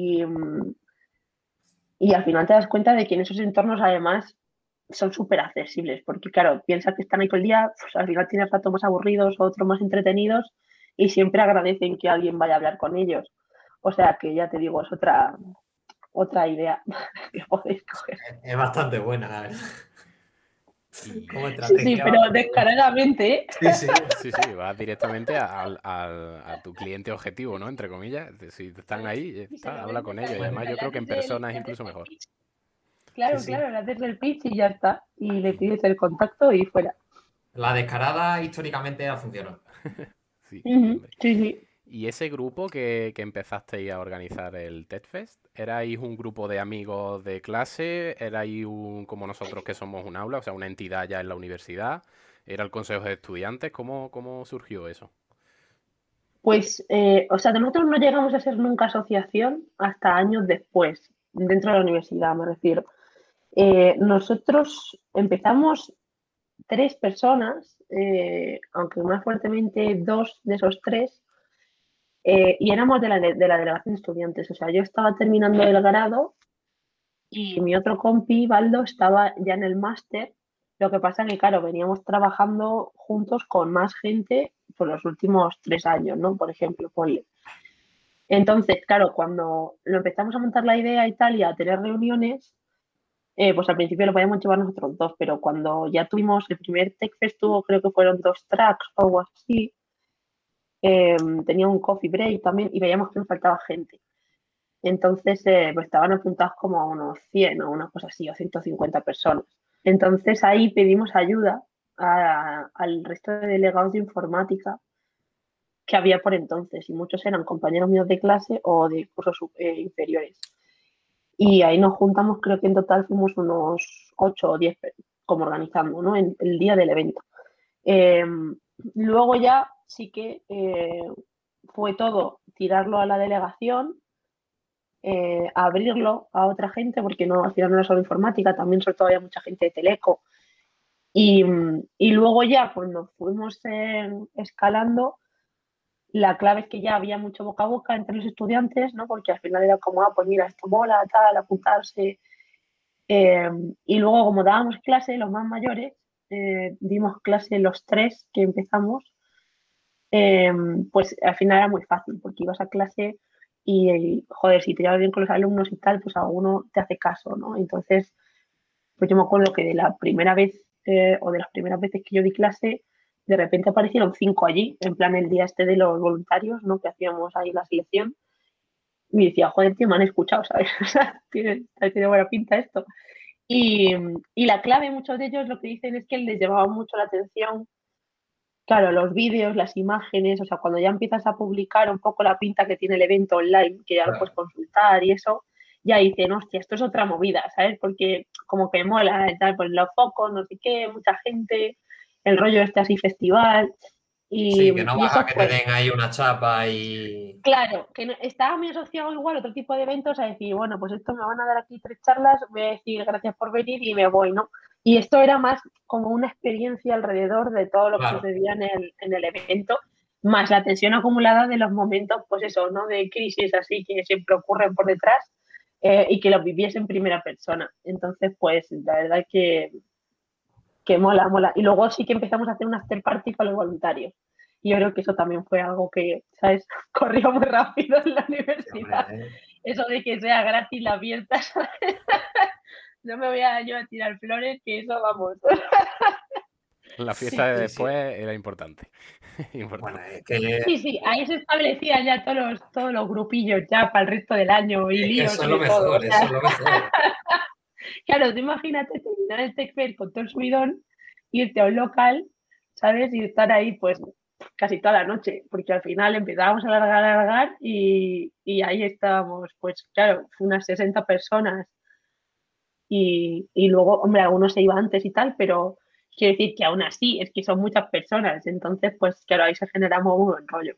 Y al final te das cuenta de que en esos entornos además son súper accesibles, porque claro, piensas que están ahí todo el día, pues al final tienes ratos más aburridos o otros más entretenidos y siempre agradecen que alguien vaya a hablar con ellos. O sea que ya te digo, es otra idea que podéis coger. Es bastante buena, la verdad. Como Sí, estrategia. pero descaradamente, ¿eh? Sí, vas directamente a tu cliente objetivo, ¿no? Entre comillas. Si están ahí, habla con ellos. Y además yo creo que en persona es incluso mejor. Claro, Sí. claro, le haces el pitch y ya está. Y le pides el contacto y fuera. La descarada históricamente ha funcionado. Sí, Sí, hombre. sí. ¿Y ese grupo que empezasteis a organizar el TEDfest? ¿Erais un grupo de amigos de clase? ¿Erais como nosotros que somos un aula, o sea, una entidad ya en la universidad? ¿Era el consejo de estudiantes? ¿Cómo surgió eso? Pues, o sea, nosotros no llegamos a ser nunca asociación hasta años después, dentro de la universidad, me refiero. Nosotros empezamos 3 personas, aunque más fuertemente 2 de esos 3, y éramos de la delegación de estudiantes. O sea, yo estaba terminando el grado y mi otro compi, Baldo, estaba ya en el máster. Lo que pasa es que, claro, veníamos trabajando juntos con más gente por los últimos 3 años, ¿no? Por ejemplo, ponle. Entonces, claro, cuando lo empezamos a montar la idea y tal y a tener reuniones, pues al principio lo podíamos llevar nosotros dos, pero cuando ya tuvimos el primer TechFest, creo que fueron 2 tracks o algo así, tenía un coffee break también y veíamos que nos faltaba gente. Entonces, pues estaban apuntados como a unos 100 o una cosa así, o 150 personas. Entonces ahí pedimos ayuda al resto de delegados de informática que había por entonces, y muchos eran compañeros míos de clase o de cursos inferiores. Y ahí nos juntamos, creo que en total fuimos unos 8 o 10 como organizando, ¿no? En el día del evento. Luego ya sí que fue todo tirarlo a la delegación, abrirlo a otra gente, porque no, al final no era solo informática, también sobre todo había mucha gente de Teleco. Y luego ya cuando fuimos escalando, la clave es que ya había mucho boca a boca entre los estudiantes, ¿no? Porque al final era como, pues mira, esto mola, tal, apuntarse. Y luego, como dábamos clase, los más mayores, dimos clase los 3 que empezamos, pues al final era muy fácil, porque ibas a clase y joder, si te llevas bien con los alumnos y tal, pues alguno te hace caso, ¿no? Entonces, pues yo me acuerdo que de la primera vez o de las primeras veces que yo di clase, de repente aparecieron 5 allí, en plan el día este de los voluntarios, ¿no? Que hacíamos ahí la selección. Y decía, joder, tío, me han escuchado, ¿sabes? O sea, tiene buena pinta esto. Y la clave, muchos de ellos lo que dicen es que les llamaba mucho la atención, claro, los vídeos, las imágenes, o sea, cuando ya empiezas a publicar un poco la pinta que tiene el evento online, que ya lo puedes consultar y eso, ya dicen, hostia, esto es otra movida, ¿sabes? Porque como que mola, tal, pues los focos, no sé qué, mucha gente, el rollo este así festival. Sí, que no Y vas eso a que te fue. den ahí una chapa y... Claro, que estaba muy asociado igual a otro tipo de eventos a decir, bueno, pues esto me van a dar aquí 3 charlas, voy a decir gracias por venir y me voy, ¿no? Y esto era más como una experiencia alrededor de todo lo que Claro. sucedía en el evento, más la tensión acumulada de los momentos, pues eso, ¿no? De crisis así que siempre ocurren por detrás y que los viviese en primera persona. Entonces, pues la verdad que mola, mola. Y luego sí que empezamos a hacer un after party con los voluntarios. Y yo creo que eso también fue algo que, ¿sabes? Corrió muy rápido en la universidad. Hombre, Eso de que sea gratis la fiesta, ¿sabes? No me voy a yo a tirar flores, que eso vamos. La fiesta de sí. después era importante. Bueno, Importante. es que, Sí, sí, ahí se establecían ya todos los grupillos ya para el resto del año y es que líos eso es y lo de todo. O mejor, eso sea, es lo mejor. claro, tú imagínate terminar el Tech Fair con todo el subidón, irte a un local, ¿sabes? Y estar ahí, pues, casi toda la noche, porque al final empezábamos a alargar y ahí estábamos, pues, claro, unas 60 personas y luego, hombre, algunos se iban antes y tal, pero quiero decir que aún así es que son muchas personas, entonces, pues, claro, ahí se genera muy buen rollo.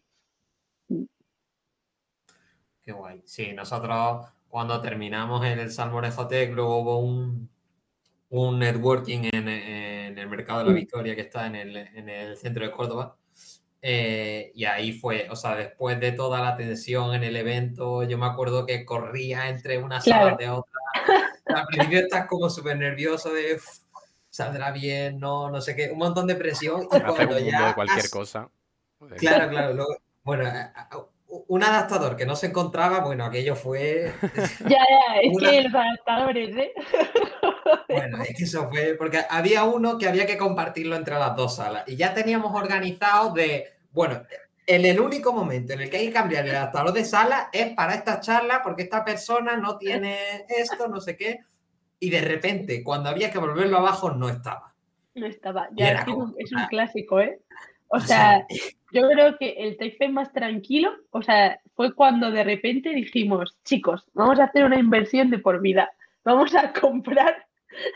Qué guay. Sí, nosotros cuando terminamos en el Salmorejo Tech, luego hubo un networking en el Mercado de la Victoria que está en el centro de Córdoba. Y ahí fue, o sea, después de toda la tensión en el evento, yo me acuerdo que corría entre unas Claro. salas de otras. Al principio estás como súper nervioso de "Uf, saldrá bien, no sé qué, un montón de presión. Y Hacer cuando un mundo de ya cualquier cosa. Claro, claro. Bueno, un adaptador que no se encontraba, bueno, aquello fue. Ya, es que los adaptadores, ¿eh? Bueno, es que eso fue. Porque había uno que había que compartirlo entre las 2 salas. Y ya teníamos organizado de. Bueno, en el único momento en el que hay que cambiar el adaptador de sala es para esta charla, porque esta persona no tiene esto, no sé qué. Y de repente, cuando había que volverlo abajo, no estaba. No estaba. Y Ya, es era que como. es un clásico, ¿eh? O O sea, sea, yo creo que el Take Fest más tranquilo, o sea, fue cuando de repente dijimos, chicos, vamos a hacer una inversión de por vida. Vamos a comprar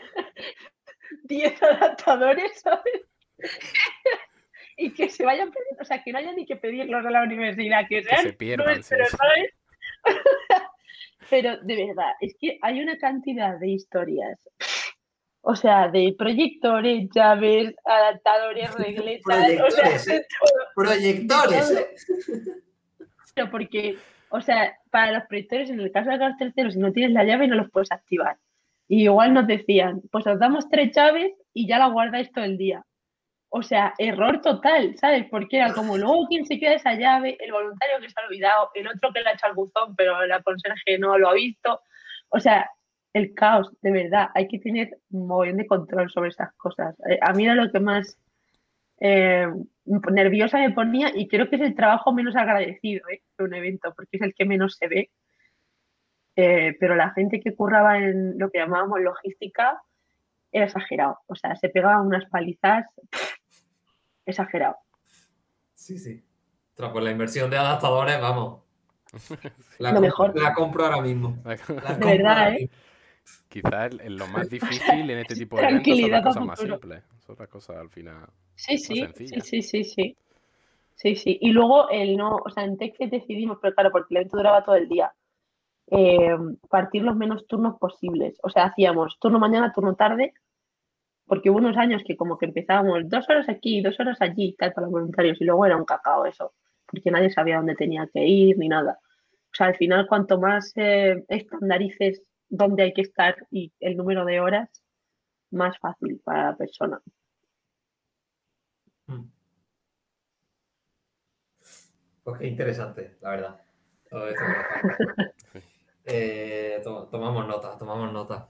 10 adaptadores, ¿sabes? Y que se vayan pidiendo, o sea, que no haya ni que pedirlos a la universidad, que Que sean se pierdan, sí, nuestros, sí. ¿sabes? Pero de verdad, es que hay una cantidad de historias. O sea, de proyectores, llaves, adaptadores, regletas, o sea, proyectores, ¿eh? de Proyectores, todo. ¿eh? Pero porque, o sea, para los proyectores, en el caso de los terceros, si no tienes la llave, no los puedes activar. Y igual nos decían, pues os damos 3 llaves y ya la guardáis todo el día. O sea, error total, ¿sabes? Porque era como, luego, ¿quién se queda esa llave? El voluntario que se ha olvidado, el otro que le ha hecho al buzón, pero la conserje no lo ha visto. O sea, el caos, de verdad. Hay que tener un montón de control sobre esas cosas. A mí era lo que más nerviosa me ponía y creo que es el trabajo menos agradecido de un evento porque es el que menos se ve. Pero la gente que curraba en lo que llamábamos logística era exagerado. O sea, se pegaban unas palizas exagerado. Sí, sí. Ostras, pues la inversión de adaptadores, vamos. Lo mejor. La compro ahora mismo. La- La De compro verdad, ahora mismo. Quizás lo más difícil en este tipo de eventos son Tranquilidad las para cosas más futuro. simples. Son las cosas al final Sí, más sí, sí, sencillas. sí, sí, sí. Sí, sí. Y luego el no, o sea, en Texas decidimos, pero claro, porque el evento duraba todo el día, partir los menos turnos posibles. O sea, hacíamos turno mañana, turno tarde, porque hubo unos años que como que empezábamos 2 horas aquí, 2 horas allí, y tal, para los voluntarios, y luego era un cacao eso, porque nadie sabía dónde tenía que ir ni nada. O sea, al final, cuanto más estandarices dónde hay que estar y el número de horas, más fácil para la persona. Pues qué interesante, la verdad. Todo esto que nos cuentas. Tomamos nota, tomamos nota.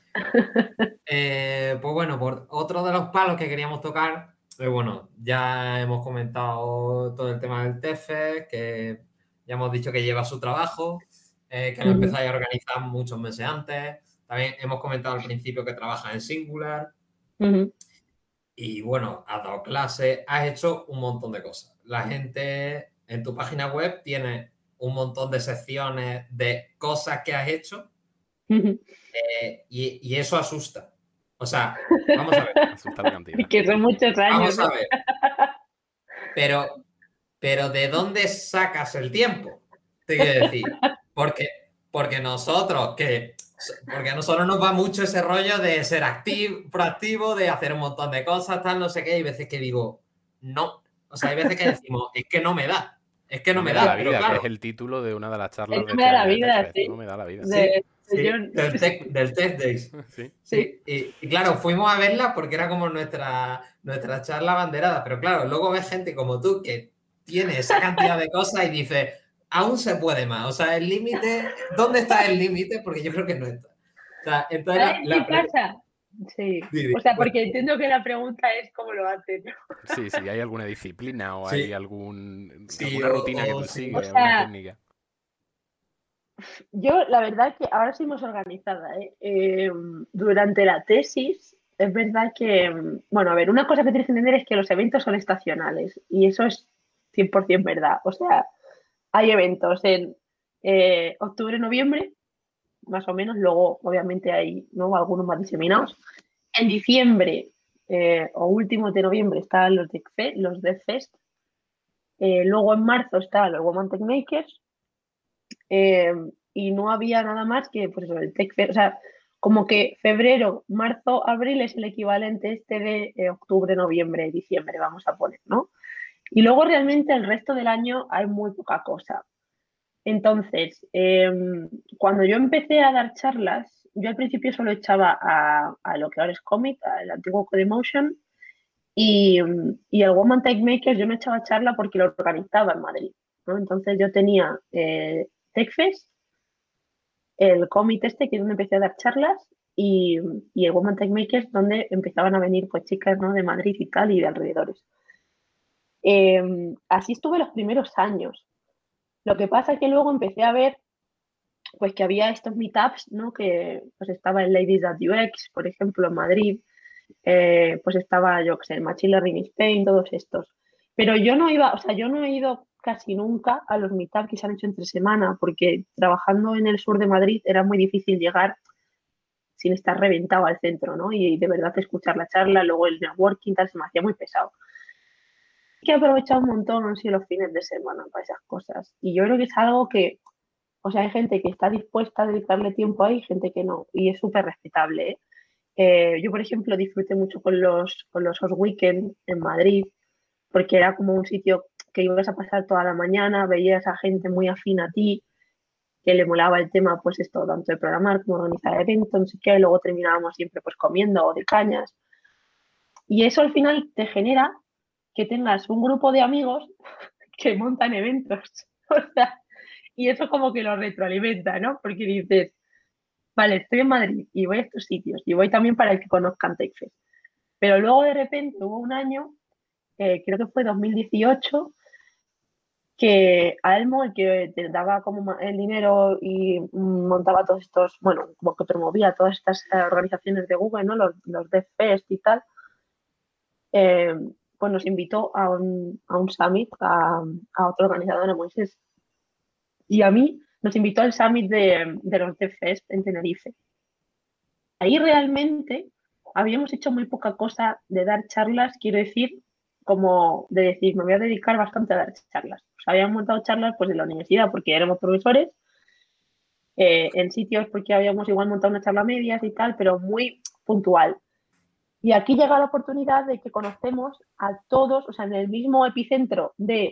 Pues bueno, por otro de los palos que queríamos tocar, bueno, ya hemos comentado todo el tema del TEFE, que ya hemos dicho que lleva su trabajo, que lo empezáis a organizar muchos meses antes. También hemos comentado al principio que trabajas en Singular. Y bueno, has dado clases, has hecho un montón de cosas. La gente en tu página web tiene un montón de secciones de cosas que has hecho y eso asusta. O sea, vamos a ver. Asusta la cantidad. Que son muchos años. Vamos a ver. Pero ¿de dónde sacas el tiempo? Te quiero decir. Porque a nosotros nos va mucho ese rollo de ser proactivo, de hacer un montón de cosas, tal, no sé qué. Hay veces que digo, no. O sea, hay veces que decimos, es que no me da. Es que no me da, la pero vida, claro. que es el título de una de las charlas de No me este da la año de vida, TechFest. sí. No me da la vida. Del Tech Days. Sí. Y claro, fuimos a verla porque era como nuestra charla abanderada. Pero claro, luego ves gente como tú que tiene esa cantidad de cosas y dice, aún se puede más. O sea, el límite, ¿dónde está el límite? Porque yo creo que no está. O sea, entonces ¿Sabes qué pasa? Sí. O sea, porque entiendo que la pregunta es cómo lo hacen. Sí, sí, hay alguna disciplina o hay alguna rutina que tú sigues, O sea, alguna técnica. Yo, la verdad que ahora soy más organizada. Durante la tesis, es verdad que, bueno, a ver, una cosa que tienes que entender es que los eventos son estacionales y eso es 100% verdad. O sea, hay eventos en octubre, noviembre, más o menos, luego obviamente hay, ¿no?, algunos más diseminados. En diciembre o últimos de noviembre están los Dev Fest. Luego en marzo están los Women Tech Makers. Y no había nada más que, pues eso, el Tech Fair. O sea, como que febrero, marzo, abril es el equivalente este de octubre, noviembre, diciembre, vamos a poner, ¿no? Y luego realmente el resto del año hay muy poca cosa. Entonces, cuando yo empecé a dar charlas, yo al principio solo echaba a lo que ahora es Commit, al antiguo Codemotion, y el Woman Tech Makers yo no echaba charla porque lo organizaba en Madrid, ¿no? Entonces yo tenía TechFest, el Commit este, que es donde empecé a dar charlas, y el Women Tech Makers, donde empezaban a venir pues chicas, ¿no?, de Madrid y tal, y de alrededores. Así estuve los primeros años. Lo que pasa es que luego empecé a ver pues que había estos meetups, ¿no?, que pues estaba el Ladies at UX, por ejemplo, en Madrid, pues estaba, yo qué sé, el Machine Learning Spain, todos estos. Pero yo no iba, o sea, yo no he ido casi nunca a los meetups que se han hecho entre semana, porque trabajando en el sur de Madrid era muy difícil llegar sin estar reventado al centro, ¿no? Y de verdad escuchar la charla, luego el networking, tal, se me hacía muy pesado. Que he aprovechado un montón, han sido los fines de semana para esas cosas. Y yo creo que es algo que, o sea, hay gente que está dispuesta a dedicarle tiempo ahí, gente que no, y es súper respetable, ¿eh? Yo, por ejemplo, disfruté mucho con los Host Weekend en Madrid, porque era como un sitio que ibas a pasar toda la mañana, veías a gente muy afín a ti, que le molaba el tema, pues esto, tanto de programar como organizar eventos, no sé qué, y luego terminábamos siempre pues comiendo o de cañas. Y eso al final te genera que tengas un grupo de amigos que montan eventos. O sea, y eso como que lo retroalimenta, ¿no? Porque dices, vale, estoy en Madrid y voy a estos sitios y voy también para el que conozcan TechFest. Pero luego de repente hubo un año creo que fue 2018, que Almo, el que te daba como el dinero y montaba todos estos, bueno, como que promovía todas estas organizaciones de Google, ¿no? Los DevFest y tal, pues nos invitó a un summit, a otro organizador, a Moisés. Y a mí nos invitó al summit de los DevFest en Tenerife. Ahí realmente habíamos hecho muy poca cosa de dar charlas, quiero decir, como de decir, me voy a dedicar bastante a dar charlas. O sea, habíamos montado charlas pues de la universidad porque éramos profesores, en sitios porque habíamos igual montado una charla medias y tal, pero muy puntual. Y aquí llega la oportunidad de que conocemos a todos, o sea, en el mismo epicentro de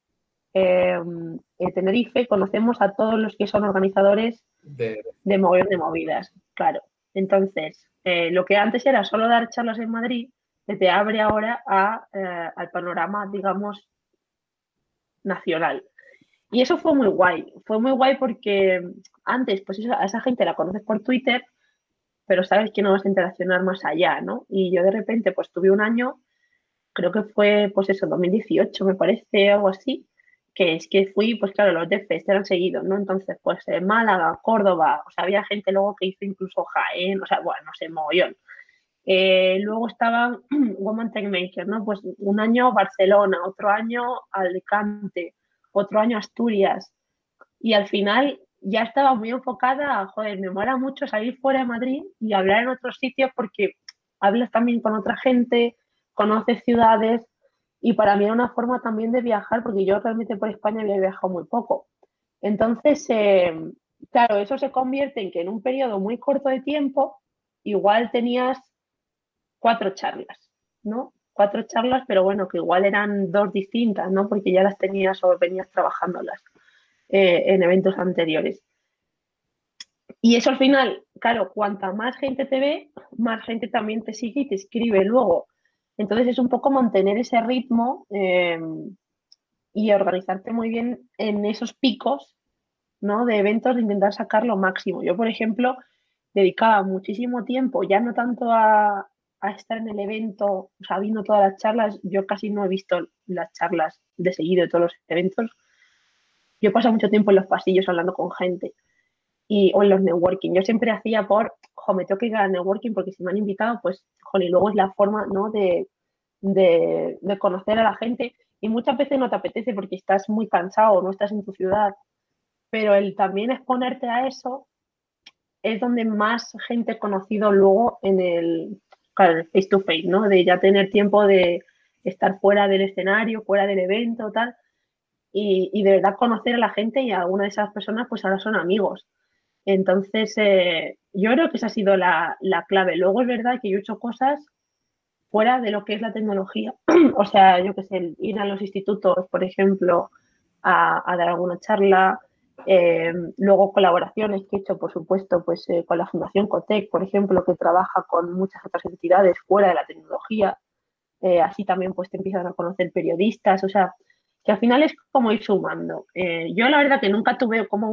Tenerife, conocemos a todos los que son organizadores de mogollón de movidas, claro. Entonces, lo que antes era solo dar charlas en Madrid, se te abre ahora al panorama, digamos, nacional. Y eso fue muy guay porque antes, pues eso, a esa gente la conoces por Twitter, pero sabes que no vas a interaccionar más allá, ¿no? Y yo de repente, pues tuve un año, creo que fue, pues eso, 2018 me parece, algo así, que es que fui, pues claro, los DevFest eran seguidos, ¿no? Entonces, pues Málaga, Córdoba, o sea, había gente luego que hizo incluso Jaén, o sea, bueno, no sé, mogollón. Luego estaban Woman Tech Maker, ¿no? Pues un año Barcelona, otro año Alicante, otro año Asturias. Y al final ya estaba muy enfocada a, joder, me mola mucho salir fuera de Madrid y hablar en otros sitios porque hablas también con otra gente, conoces ciudades y para mí era una forma también de viajar porque yo realmente por España había viajado muy poco. Entonces, claro, eso se convierte en que en un periodo muy corto de tiempo igual tenías 4 charlas, ¿no? 4 charlas, pero bueno, que igual eran 2 distintas, ¿no? Porque ya las tenías o venías trabajándolas en eventos anteriores. Y eso al final, claro, cuanta más gente te ve, más gente también te sigue y te escribe luego. Entonces es un poco mantener ese ritmo y organizarte muy bien en esos picos, ¿no? De eventos, de intentar sacar lo máximo. Yo, por ejemplo, dedicaba muchísimo tiempo, ya no tanto a estar en el evento, o sea, viendo todas las charlas, yo casi no he visto las charlas de seguido de todos los eventos. Yo he pasado mucho tiempo en los pasillos hablando con gente o en los networking. Yo siempre hacía me tengo que ir al networking porque si me han invitado, pues, y luego es la forma, ¿no? De conocer a la gente y muchas veces no te apetece porque estás muy cansado o no estás en tu ciudad, pero el también exponerte a eso es donde más gente he conocido luego claro, el face to face, ¿no? De ya tener tiempo de estar fuera del escenario, fuera del evento, tal, y de verdad conocer a la gente y alguna de esas personas pues ahora son amigos. Entonces, yo creo que esa ha sido la clave. Luego es verdad que yo he hecho cosas fuera de lo que es la tecnología. O sea, yo qué sé, ir a los institutos, por ejemplo, a dar alguna charla. Luego colaboraciones que he hecho, por supuesto, pues con la Fundación Cotec, por ejemplo, que trabaja con muchas otras entidades fuera de la tecnología. Así también pues te empiezan a conocer periodistas. O sea, que al final es como ir sumando. Yo la verdad que nunca tuve como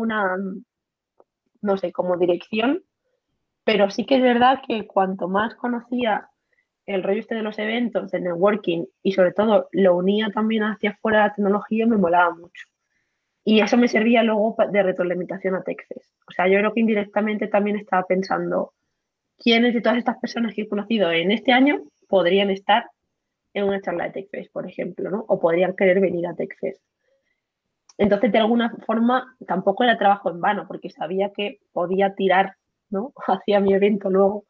no sé, como dirección, pero sí que es verdad que cuanto más conocía el rollo este de los eventos, del networking y sobre todo lo unía también hacia afuera de la tecnología, me molaba mucho. Y eso me servía luego de retroalimentación a TechFest. O sea, yo creo que indirectamente también estaba pensando quiénes de todas estas personas que he conocido en este año podrían estar en una charla de TechFest, por ejemplo, ¿no? O podrían querer venir a TechFest. Entonces, de alguna forma, tampoco era trabajo en vano, porque sabía que podía tirar, ¿no? Hacia mi evento luego.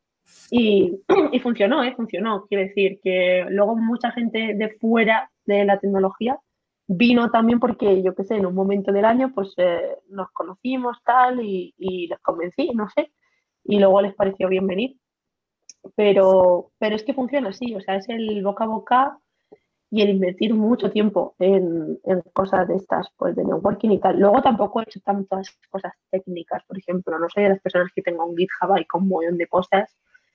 Y funcionó, ¿eh? Funcionó. Quiere decir que luego mucha gente de fuera de la tecnología vino también porque, yo qué sé, en un momento del año, pues nos conocimos tal y les convencí, no sé, y luego les pareció bien venir. Pero es que funciona así, o sea, es el boca a boca y el invertir mucho tiempo en cosas de estas, pues de networking y tal. Luego tampoco he hecho tantas cosas técnicas, por ejemplo, no soy de las personas que tengan un GitHub ahí con un montón de cosas.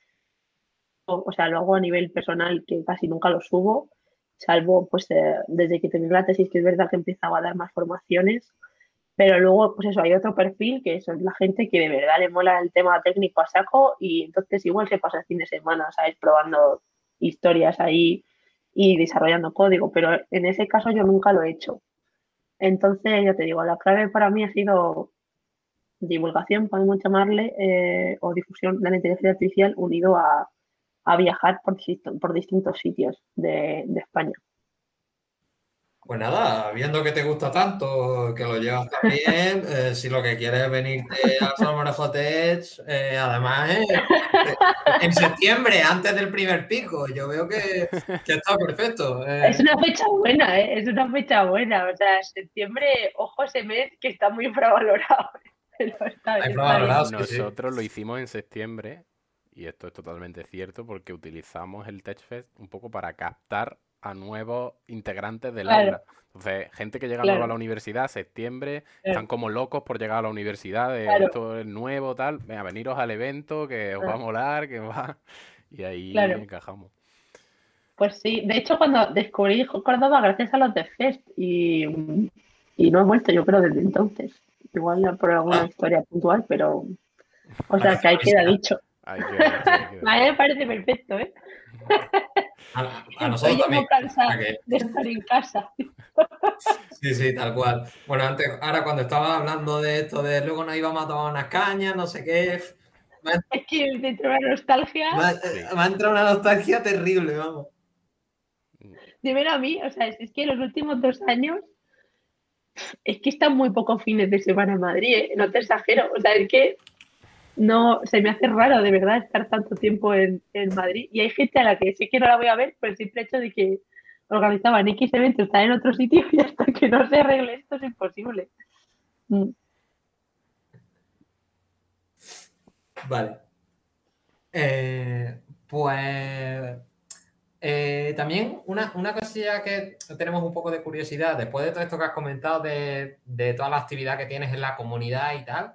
O sea, lo hago a nivel personal que casi nunca lo subo, salvo pues desde que terminé la tesis, que es verdad que empezaba a dar más formaciones. Pero luego, pues eso, hay otro perfil que son la gente que de verdad le mola el tema técnico a saco y entonces igual se pasa el fin de semana, ¿sabes? Probando historias ahí y desarrollando código, pero en ese caso yo nunca lo he hecho. Entonces, ya te digo, la clave para mí ha sido divulgación, podemos llamarle, o difusión de la inteligencia artificial unido a viajar por distintos sitios de España. Pues nada, viendo que te gusta tanto, que lo llevas tan bien, si lo que quieres es venirte a Salmorejo Tech, además en septiembre, antes del primer pico, yo veo que está perfecto. Es una fecha buena, ¿eh? Es una fecha buena. O sea, septiembre, ojo ese mes que está muy infravalorado. Pero está bien. Nosotros lo hicimos en septiembre, y esto es totalmente cierto, porque utilizamos el TechFest un poco para captar a nuevos integrantes del aula. Entonces, gente que llega nueva a la universidad, septiembre, están como locos por llegar a la universidad, esto es nuevo, tal, venga, veniros al evento, que os va a molar, que va... Y ahí encajamos. Pues sí, de hecho cuando descubrí Córdoba gracias a los de Fest y no he vuelto yo creo desde entonces. Igual por alguna historia puntual, pero... O sea, que ahí queda dicho. Ahí queda. A mí me parece perfecto, ¿eh? A nosotros también. Cansada de estar en casa. Sí, tal cual. Bueno, ahora cuando estaba hablando de esto, de luego nos íbamos a tomar unas cañas, no sé qué. Es que me entró una nostalgia. Me ha entrado una nostalgia terrible, vamos. Dímelo a mí, o sea, es que los últimos 2 años es que están muy pocos fines de semana en Madrid, ¿eh? No te exagero. O sea, es que no, se me hace raro de verdad estar tanto tiempo en Madrid. Y hay gente a la que sé que no la voy a ver por el simple hecho de que organizaban X eventos, están en otro sitio y hasta que no se arregle esto es imposible. Vale. Pues también una cosilla que tenemos un poco de curiosidad, después de todo esto que has comentado de toda la actividad que tienes en la comunidad y tal,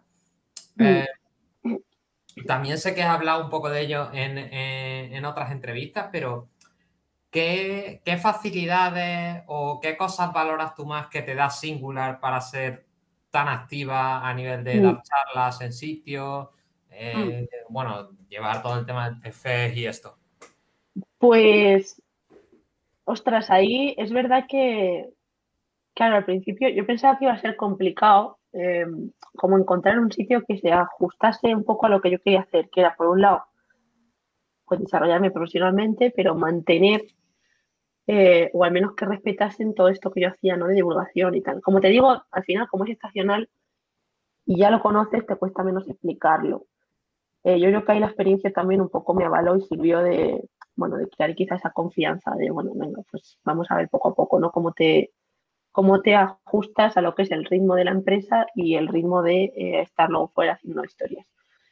también sé que has hablado un poco de ello en otras entrevistas, pero ¿qué facilidades o qué cosas valoras tú más que te da Singular para ser tan activa a nivel de dar charlas en sitios? Bueno, llevar todo el tema del TFES y esto. Pues, ostras, ahí es verdad que, claro, al principio yo pensaba que iba a ser complicado como encontrar un sitio que se ajustase un poco a lo que yo quería hacer, que era, por un lado, pues desarrollarme profesionalmente, pero mantener, o al menos que respetasen todo esto que yo hacía, ¿no? De divulgación y tal. Como te digo, al final, como es estacional y ya lo conoces, te cuesta menos explicarlo. Yo creo que ahí la experiencia también un poco me avaló y sirvió de crear quizá esa confianza de, bueno, venga, pues vamos a ver poco a poco, ¿no? Cómo te ajustas a lo que es el ritmo de la empresa y el ritmo de estar luego fuera haciendo historias.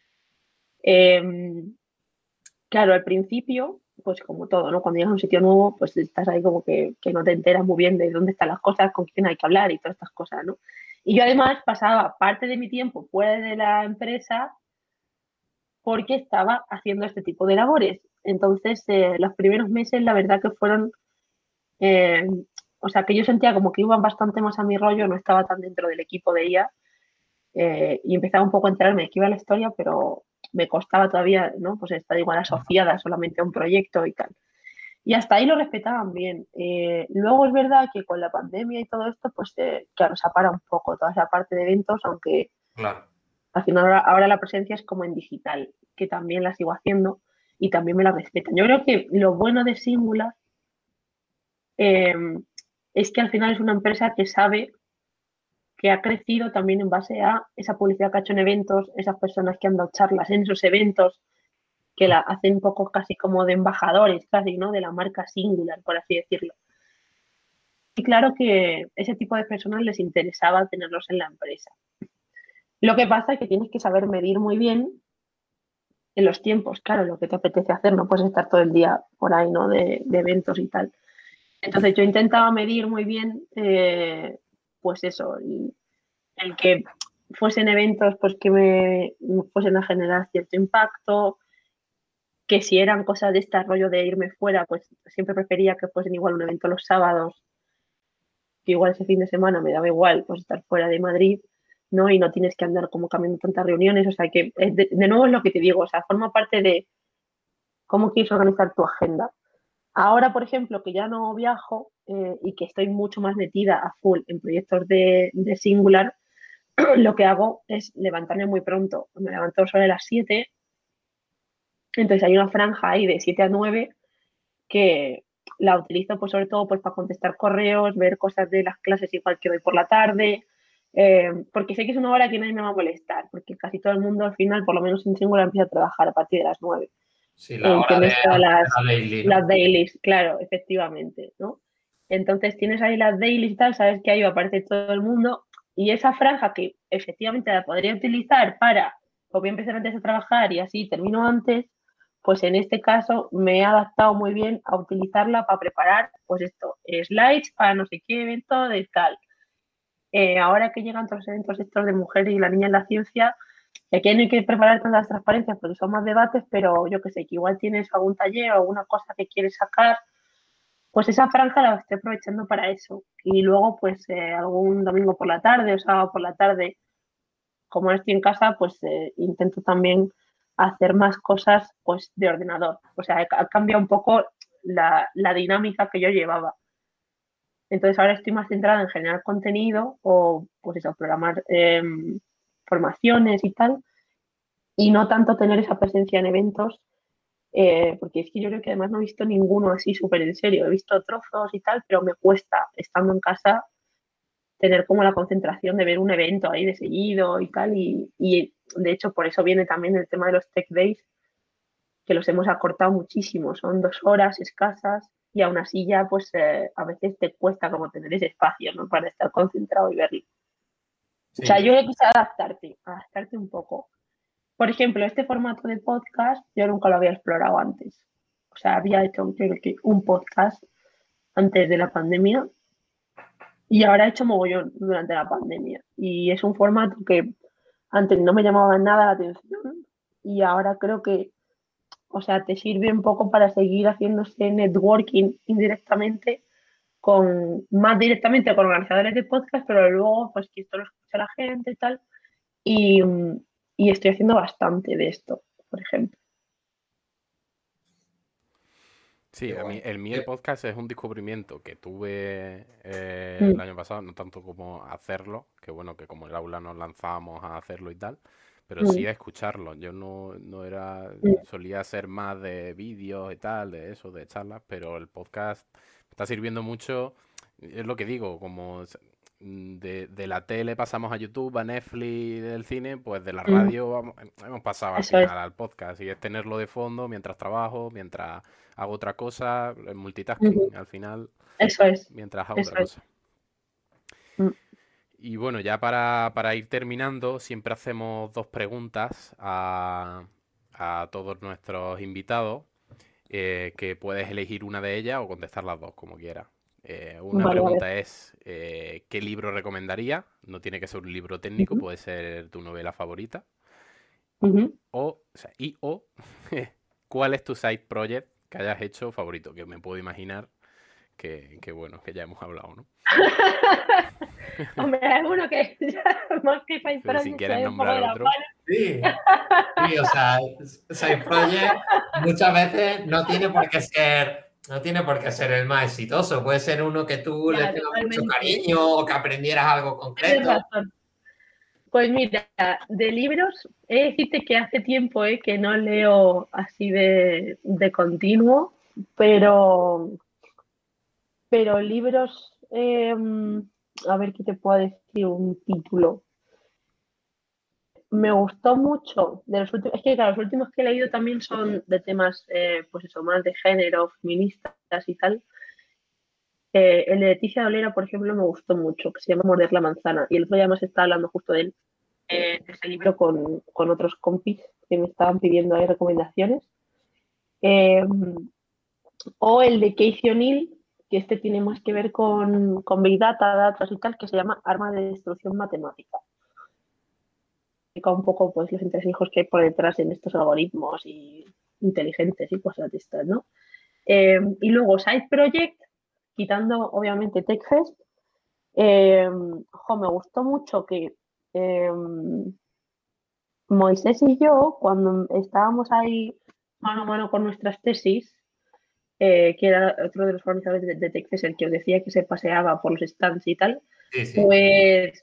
Claro, al principio, pues como todo, ¿no? Cuando llegas a un sitio nuevo, pues estás ahí como que no te enteras muy bien de dónde están las cosas, con quién hay que hablar y todas estas cosas, ¿no? Y yo además pasaba parte de mi tiempo fuera de la empresa porque estaba haciendo este tipo de labores. Entonces, los primeros meses, la verdad que fueron, o sea, que yo sentía como que iban bastante más a mi rollo, no estaba tan dentro del equipo de ella, y empezaba un poco a enterarme de qué iba la historia, pero me costaba todavía, ¿no? Pues estar igual asociada solamente a un proyecto y tal. Y hasta ahí lo respetaban bien. Luego es verdad que con la pandemia y todo esto, pues claro, se para un poco toda esa parte de eventos, aunque claro. Al final ahora la presencia es como en digital, que también la sigo haciendo y también me la respetan. Yo creo que lo bueno de Singular es que al final es una empresa que sabe que ha crecido también en base a esa publicidad que ha hecho en eventos, esas personas que han dado charlas en esos eventos, que la hacen un poco casi como de embajadores, casi, ¿no? De la marca Singular, por así decirlo. Y claro que ese tipo de personas les interesaba tenerlos en la empresa. Lo que pasa es que tienes que saber medir muy bien en los tiempos, claro, lo que te apetece hacer, no puedes estar todo el día por ahí, ¿no? De eventos y tal. Entonces yo intentaba medir muy bien, pues eso, el que fuesen eventos pues que me fuesen a generar cierto impacto, que si eran cosas de este rollo de irme fuera, pues siempre prefería que fuesen igual un evento los sábados, que igual ese fin de semana me daba igual pues estar fuera de Madrid, ¿no? Y no tienes que andar como cambiando tantas reuniones, o sea que de nuevo es lo que te digo, o sea, forma parte de cómo quieres organizar tu agenda. Ahora, por ejemplo, que ya no viajo y que estoy mucho más metida a full en proyectos de Singular, lo que hago es levantarme muy pronto. Me levanto sobre las 7, entonces hay una franja ahí de 7 a 9 que la utilizo pues sobre todo pues para contestar correos, ver cosas de las clases igual que doy por la tarde, porque sé que es una hora que nadie me va a molestar, porque casi todo el mundo al final, por lo menos en Singular, empieza a trabajar a partir de las 9. Sí, la hora de Tienes todas la daily, ¿no? las dailies, claro, efectivamente, ¿no? Entonces tienes ahí las dailies y tal, sabes que ahí va a aparecer todo el mundo y esa franja que efectivamente la podría utilizar para, o voy a empezar antes a trabajar y así termino antes, pues en este caso me he adaptado muy bien a utilizarla para preparar, pues esto, slides para no sé qué evento de tal. Ahora que llegan todos los eventos estos de mujeres y la niña en la ciencia, aquí no hay que preparar tantas transparencias porque son más debates, pero yo que sé, que igual tienes algún taller o alguna cosa que quieres sacar, pues esa franja la estoy aprovechando para eso. Y luego, pues algún domingo por la tarde o sábado por la tarde, como no estoy en casa, pues intento también hacer más cosas pues de ordenador. O sea, ha cambiado un poco la dinámica que yo llevaba. Entonces ahora estoy más centrada en generar contenido o pues eso, programar formaciones y tal, y no tanto tener esa presencia en eventos, porque es que yo creo que además no he visto ninguno así súper en serio. He visto trozos y tal, pero me cuesta, estando en casa, tener como la concentración de ver un evento ahí de seguido y tal. Y de hecho, por eso viene también el tema de los Tech Days, que los hemos acortado muchísimo. Son 2 horas escasas y aún así ya, pues a veces te cuesta como tener ese espacio, ¿no? Para estar concentrado y verlo. O sea, Sí, yo creo que es adaptarte un poco. Por ejemplo, este formato de podcast yo nunca lo había explorado antes. O sea, había hecho creo que un podcast antes de la pandemia y ahora he hecho mogollón durante la pandemia. Y es un formato que antes no me llamaba nada la atención y ahora creo que, o sea, te sirve un poco para seguir haciéndose networking indirectamente con, más directamente con organizadores de podcast, pero luego pues que esto lo escucha la gente y tal. Y, y estoy haciendo bastante de esto, por ejemplo. Sí, qué a mí guay. el podcast es un descubrimiento que tuve el Mm, año pasado, no tanto como hacerlo, que bueno, que como el aula nos lanzábamos a hacerlo y tal, pero sí mm, a escucharlo. Yo no era, mm. solía ser más de vídeos y tal, de eso, de charlas, pero el podcast me está sirviendo mucho, es lo que digo, como de la tele pasamos a YouTube, a Netflix, del cine, pues de la Mm, radio hemos pasado al eso es, final al podcast y es tenerlo de fondo mientras trabajo, mientras hago otra cosa, el ujú, multitasking al final, eso es, mientras hago eso otra es. cosa. Mm, Y bueno, ya para ir terminando, siempre hacemos dos preguntas a todos nuestros invitados, que puedes elegir una de ellas o contestar las dos, como quieras. Una vale, a ver. pregunta es, ¿qué libro recomendaría? No tiene que ser un libro técnico, Ujú, puede ser tu novela favorita. ujú. O, ¿cuál es tu side project que hayas hecho favorito? Que me puedo imaginar que bueno, que ya hemos hablado, ¿no? Hombre, hay uno que más que Five Pero si Project se quieres ve un poco nombrar de la otro. mano. Sí, sí, o sea, Side Project muchas veces no tiene por qué ser el más exitoso. Puede ser uno que tú le Ya, tengas mucho totalmente. cariño o que aprendieras algo Tienes concreto. razón. Pues mira, de libros, he de decirte que hace tiempo que no leo así de continuo, pero, pero libros, a ver qué te puedo decir, un título. Me gustó mucho de los últimos, es que claro, los últimos que he leído también son de temas, pues eso, más de género, feministas y tal. El de Leticia Dolera, por ejemplo, me gustó mucho, que se llama Morder la manzana. Y el otro día más estaba hablando justo de él, de ese libro con otros compis que me estaban pidiendo ahí recomendaciones. Eh, o el de Casey O'Neill, que este tiene más que ver con Big Data, datos y tal, que se llama Arma de Destrucción Matemática. Explica un poco pues, los entresijos que hay por detrás en estos algoritmos y inteligentes y cosas de estas, ¿no? Y luego Side Project, quitando obviamente TechFest, me gustó mucho que eh, Moisés y yo, cuando estábamos ahí mano a mano con nuestras tesis, que era otro de los organizadores de Texas, el que os decía que se paseaba por los stands y tal, Sí. pues,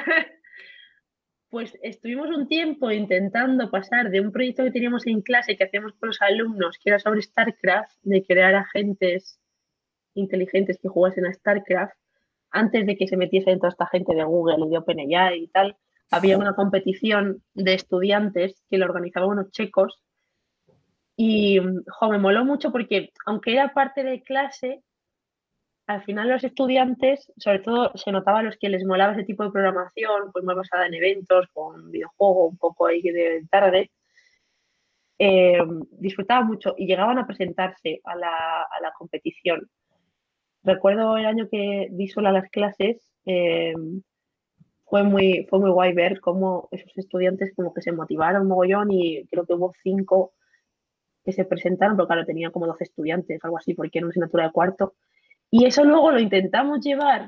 pues estuvimos un tiempo intentando pasar de un proyecto que teníamos en clase que hacíamos con los alumnos, que era sobre StarCraft, de crear agentes inteligentes que jugasen a StarCraft, antes de que se metiese toda esta gente de Google y de OpenAI y tal. Había una competición de estudiantes que lo organizaban unos checos y me moló mucho porque, aunque era parte de clase, al final los estudiantes, sobre todo se notaba a los que les molaba ese tipo de programación, pues más basada en eventos, con videojuegos, un poco ahí de tarde, disfrutaban mucho y llegaban a presentarse a la competición. Recuerdo el año que di sola las clases, fue muy guay ver cómo esos estudiantes como que se motivaron mogollón y creo que hubo 5 que se presentaron, pero claro, tenía como 12 estudiantes, algo así, porque era una asignatura de cuarto. Y eso luego lo intentamos llevar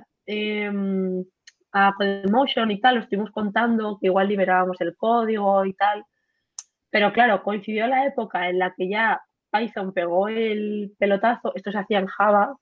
a CodeMotion y tal, lo estuvimos contando, que igual liberábamos el código y tal. Pero claro, coincidió la época en la que ya Python pegó el pelotazo, esto se hacía en Java,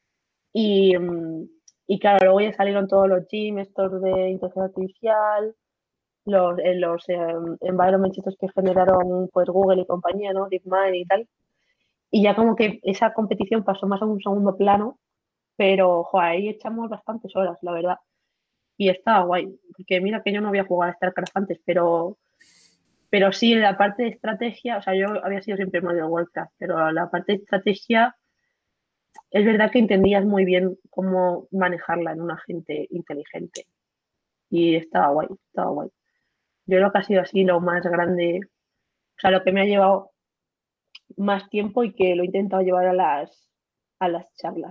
y claro, luego ya salieron todos los GIM, estos de inteligencia artificial, los environments estos que generaron pues Google y compañía, ¿no? DeepMind y tal. Y ya como que esa competición pasó más a un segundo plano, pero ahí echamos bastantes horas, la verdad. Y estaba guay, porque mira que yo no había jugado a StarCraft antes, pero sí, en la parte de estrategia, o sea, yo había sido siempre más de Warcraft, pero la parte de estrategia es verdad que entendías muy bien cómo manejarla en un agente inteligente. Y estaba guay, estaba guay. Yo creo que ha sido así lo más grande, o sea, lo que me ha llevado más tiempo y que lo he intentado llevar a las charlas.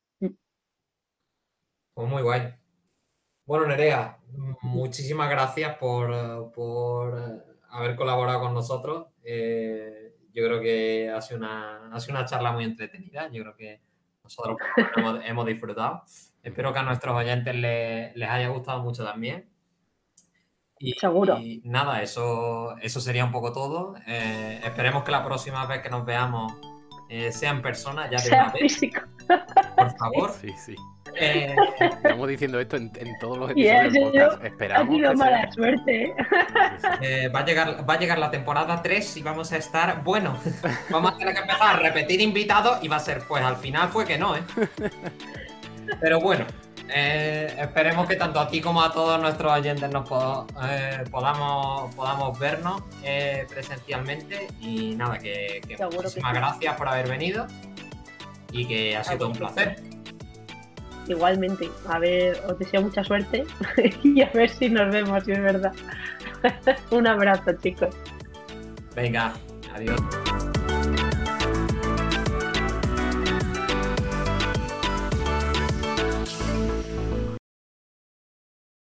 Pues muy guay. Bueno, Nerea, muchísimas gracias por haber colaborado con nosotros. Yo creo que ha sido una charla muy entretenida. Yo creo que nosotros hemos disfrutado. Espero que a nuestros oyentes les haya gustado mucho también. Seguro. Y nada, eso sería un poco todo. Esperemos que la próxima vez que nos veamos sea en persona, ya de una vez. Físico. Por favor. Sí. Estamos diciendo esto en todos los episodios del podcast. Esperamos ha sido que mala sea. suerte. Va a llegar la temporada 3 y vamos a estar, bueno, vamos a tener que empezar a repetir invitados y va a ser, pues al final fue que no, Pero bueno, esperemos que tanto a ti como a todos nuestros oyentes nos podamos vernos presencialmente y nada, que muchísimas gracias por haber venido y que ha sido un placer. Igualmente, a ver, os deseo mucha suerte y a ver si nos vemos, si es verdad. Un abrazo, chicos. Venga, adiós.